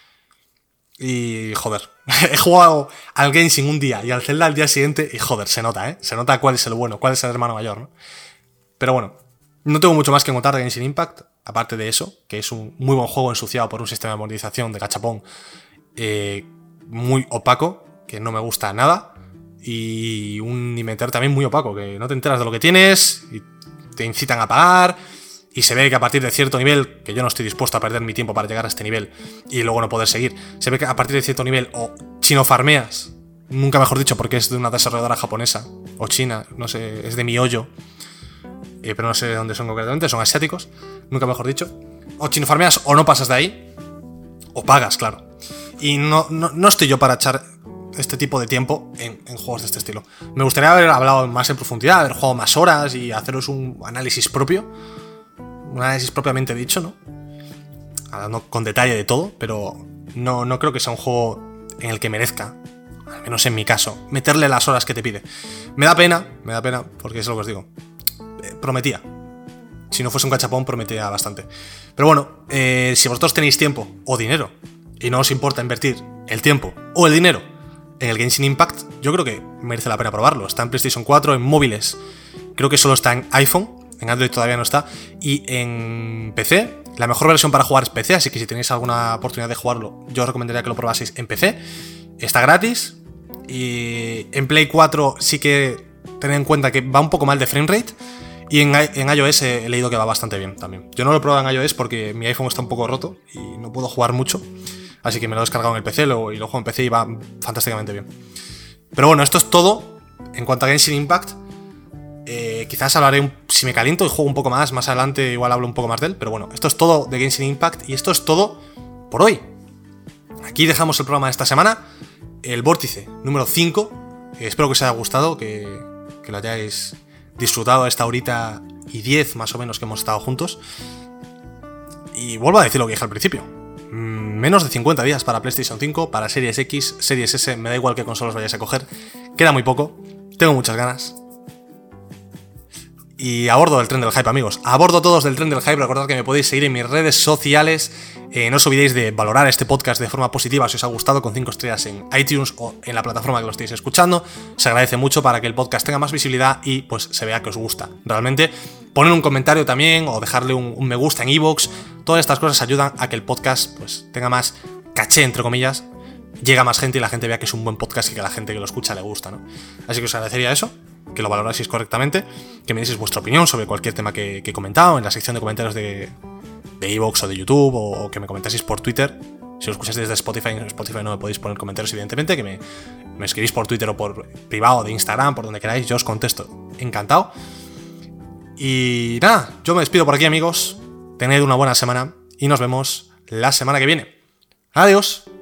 Y joder, he jugado al Genshin un día y al Zelda al día siguiente y joder, se nota, ¿eh? Se nota cuál es el bueno, cuál es el hermano mayor, ¿no? Pero bueno, no tengo mucho más que contar de Genshin Impact, aparte de eso, que es un muy buen juego ensuciado por un sistema de monetización de gachapón muy opaco, que no me gusta nada, y un inventario también muy opaco, que no te enteras de lo que tienes y te incitan a pagar. Y se ve que a partir de cierto nivel, que yo no estoy dispuesto a perder mi tiempo para llegar a este nivel y luego no poder seguir, se ve que a partir de cierto nivel o chino farmeas, nunca mejor dicho porque es de una desarrolladora japonesa, o china, no sé, es de Mihoyo, pero no sé de dónde son concretamente, son asiáticos, nunca mejor dicho, o chino farmeas o no pasas de ahí, o pagas, claro. Y no estoy yo para echar este tipo de tiempo en juegos de este estilo. Me gustaría haber hablado más en profundidad, haber jugado más horas y haceros un análisis propio. Un análisis propiamente dicho, ¿no? Hablando con detalle de todo, pero no creo que sea un juego en el que merezca, al menos en mi caso, meterle las horas que te pide. Me da pena, porque es lo que os digo. Prometía. Si no fuese un gachapón, prometía bastante. Pero bueno, si vosotros tenéis tiempo o dinero y no os importa invertir el tiempo o el dinero en el Genshin Impact, yo creo que merece la pena probarlo. Está en PlayStation 4, en móviles. Creo que solo está en iPhone. En Android todavía no está. Y en PC, la mejor versión para jugar es PC, así que si tenéis alguna oportunidad de jugarlo, yo os recomendaría que lo probaseis en PC. Está gratis. Y en Play 4 sí que tened en cuenta que va un poco mal de framerate. Y en iOS he leído que va bastante bien también. Yo no lo he probado en iOS porque mi iPhone está un poco roto y no puedo jugar mucho. Así que me lo he descargado en el PC y lo juego en PC y va fantásticamente bien. Pero bueno, esto es todo en cuanto a Genshin Impact. Quizás hablaré, si me caliento y juego un poco más adelante igual hablo un poco más de él, pero bueno, esto es todo de Genshin Impact y esto es todo por hoy. Aquí dejamos el programa de esta semana, el Vórtice número 5, espero que os haya gustado, que lo hayáis disfrutado esta horita y 10 más o menos que hemos estado juntos. Y vuelvo a decir lo que dije al principio, menos de 50 días para PlayStation 5, para Series X, Series S, me da igual qué consolas vayáis a coger, queda muy poco, tengo muchas ganas. Y a bordo del tren del hype, amigos. A bordo todos del tren del hype. Recordad que me podéis seguir en mis redes sociales. No os olvidéis de valorar este podcast de forma positiva si os ha gustado, con 5 estrellas en iTunes o en la plataforma que lo estéis escuchando. Se agradece mucho para que el podcast tenga más visibilidad y pues se vea que os gusta. Realmente, poner un comentario también o dejarle un me gusta en iVoox. Todas estas cosas ayudan a que el podcast pues tenga más caché, entre comillas. Llega a más gente y la gente vea que es un buen podcast y que a la gente que lo escucha le gusta, ¿no? Así que os agradecería eso, que lo valoraseis correctamente, que me dieseis vuestra opinión sobre cualquier tema que he comentado en la sección de comentarios de iVoox o de YouTube, o que me comentaseis por Twitter. Si lo escucháis desde Spotify, en Spotify no me podéis poner comentarios, evidentemente, que me escribís por Twitter o por privado de Instagram, por donde queráis, yo os contesto. Encantado. Y nada, yo me despido por aquí, amigos. Tened una buena semana y nos vemos la semana que viene. Adiós.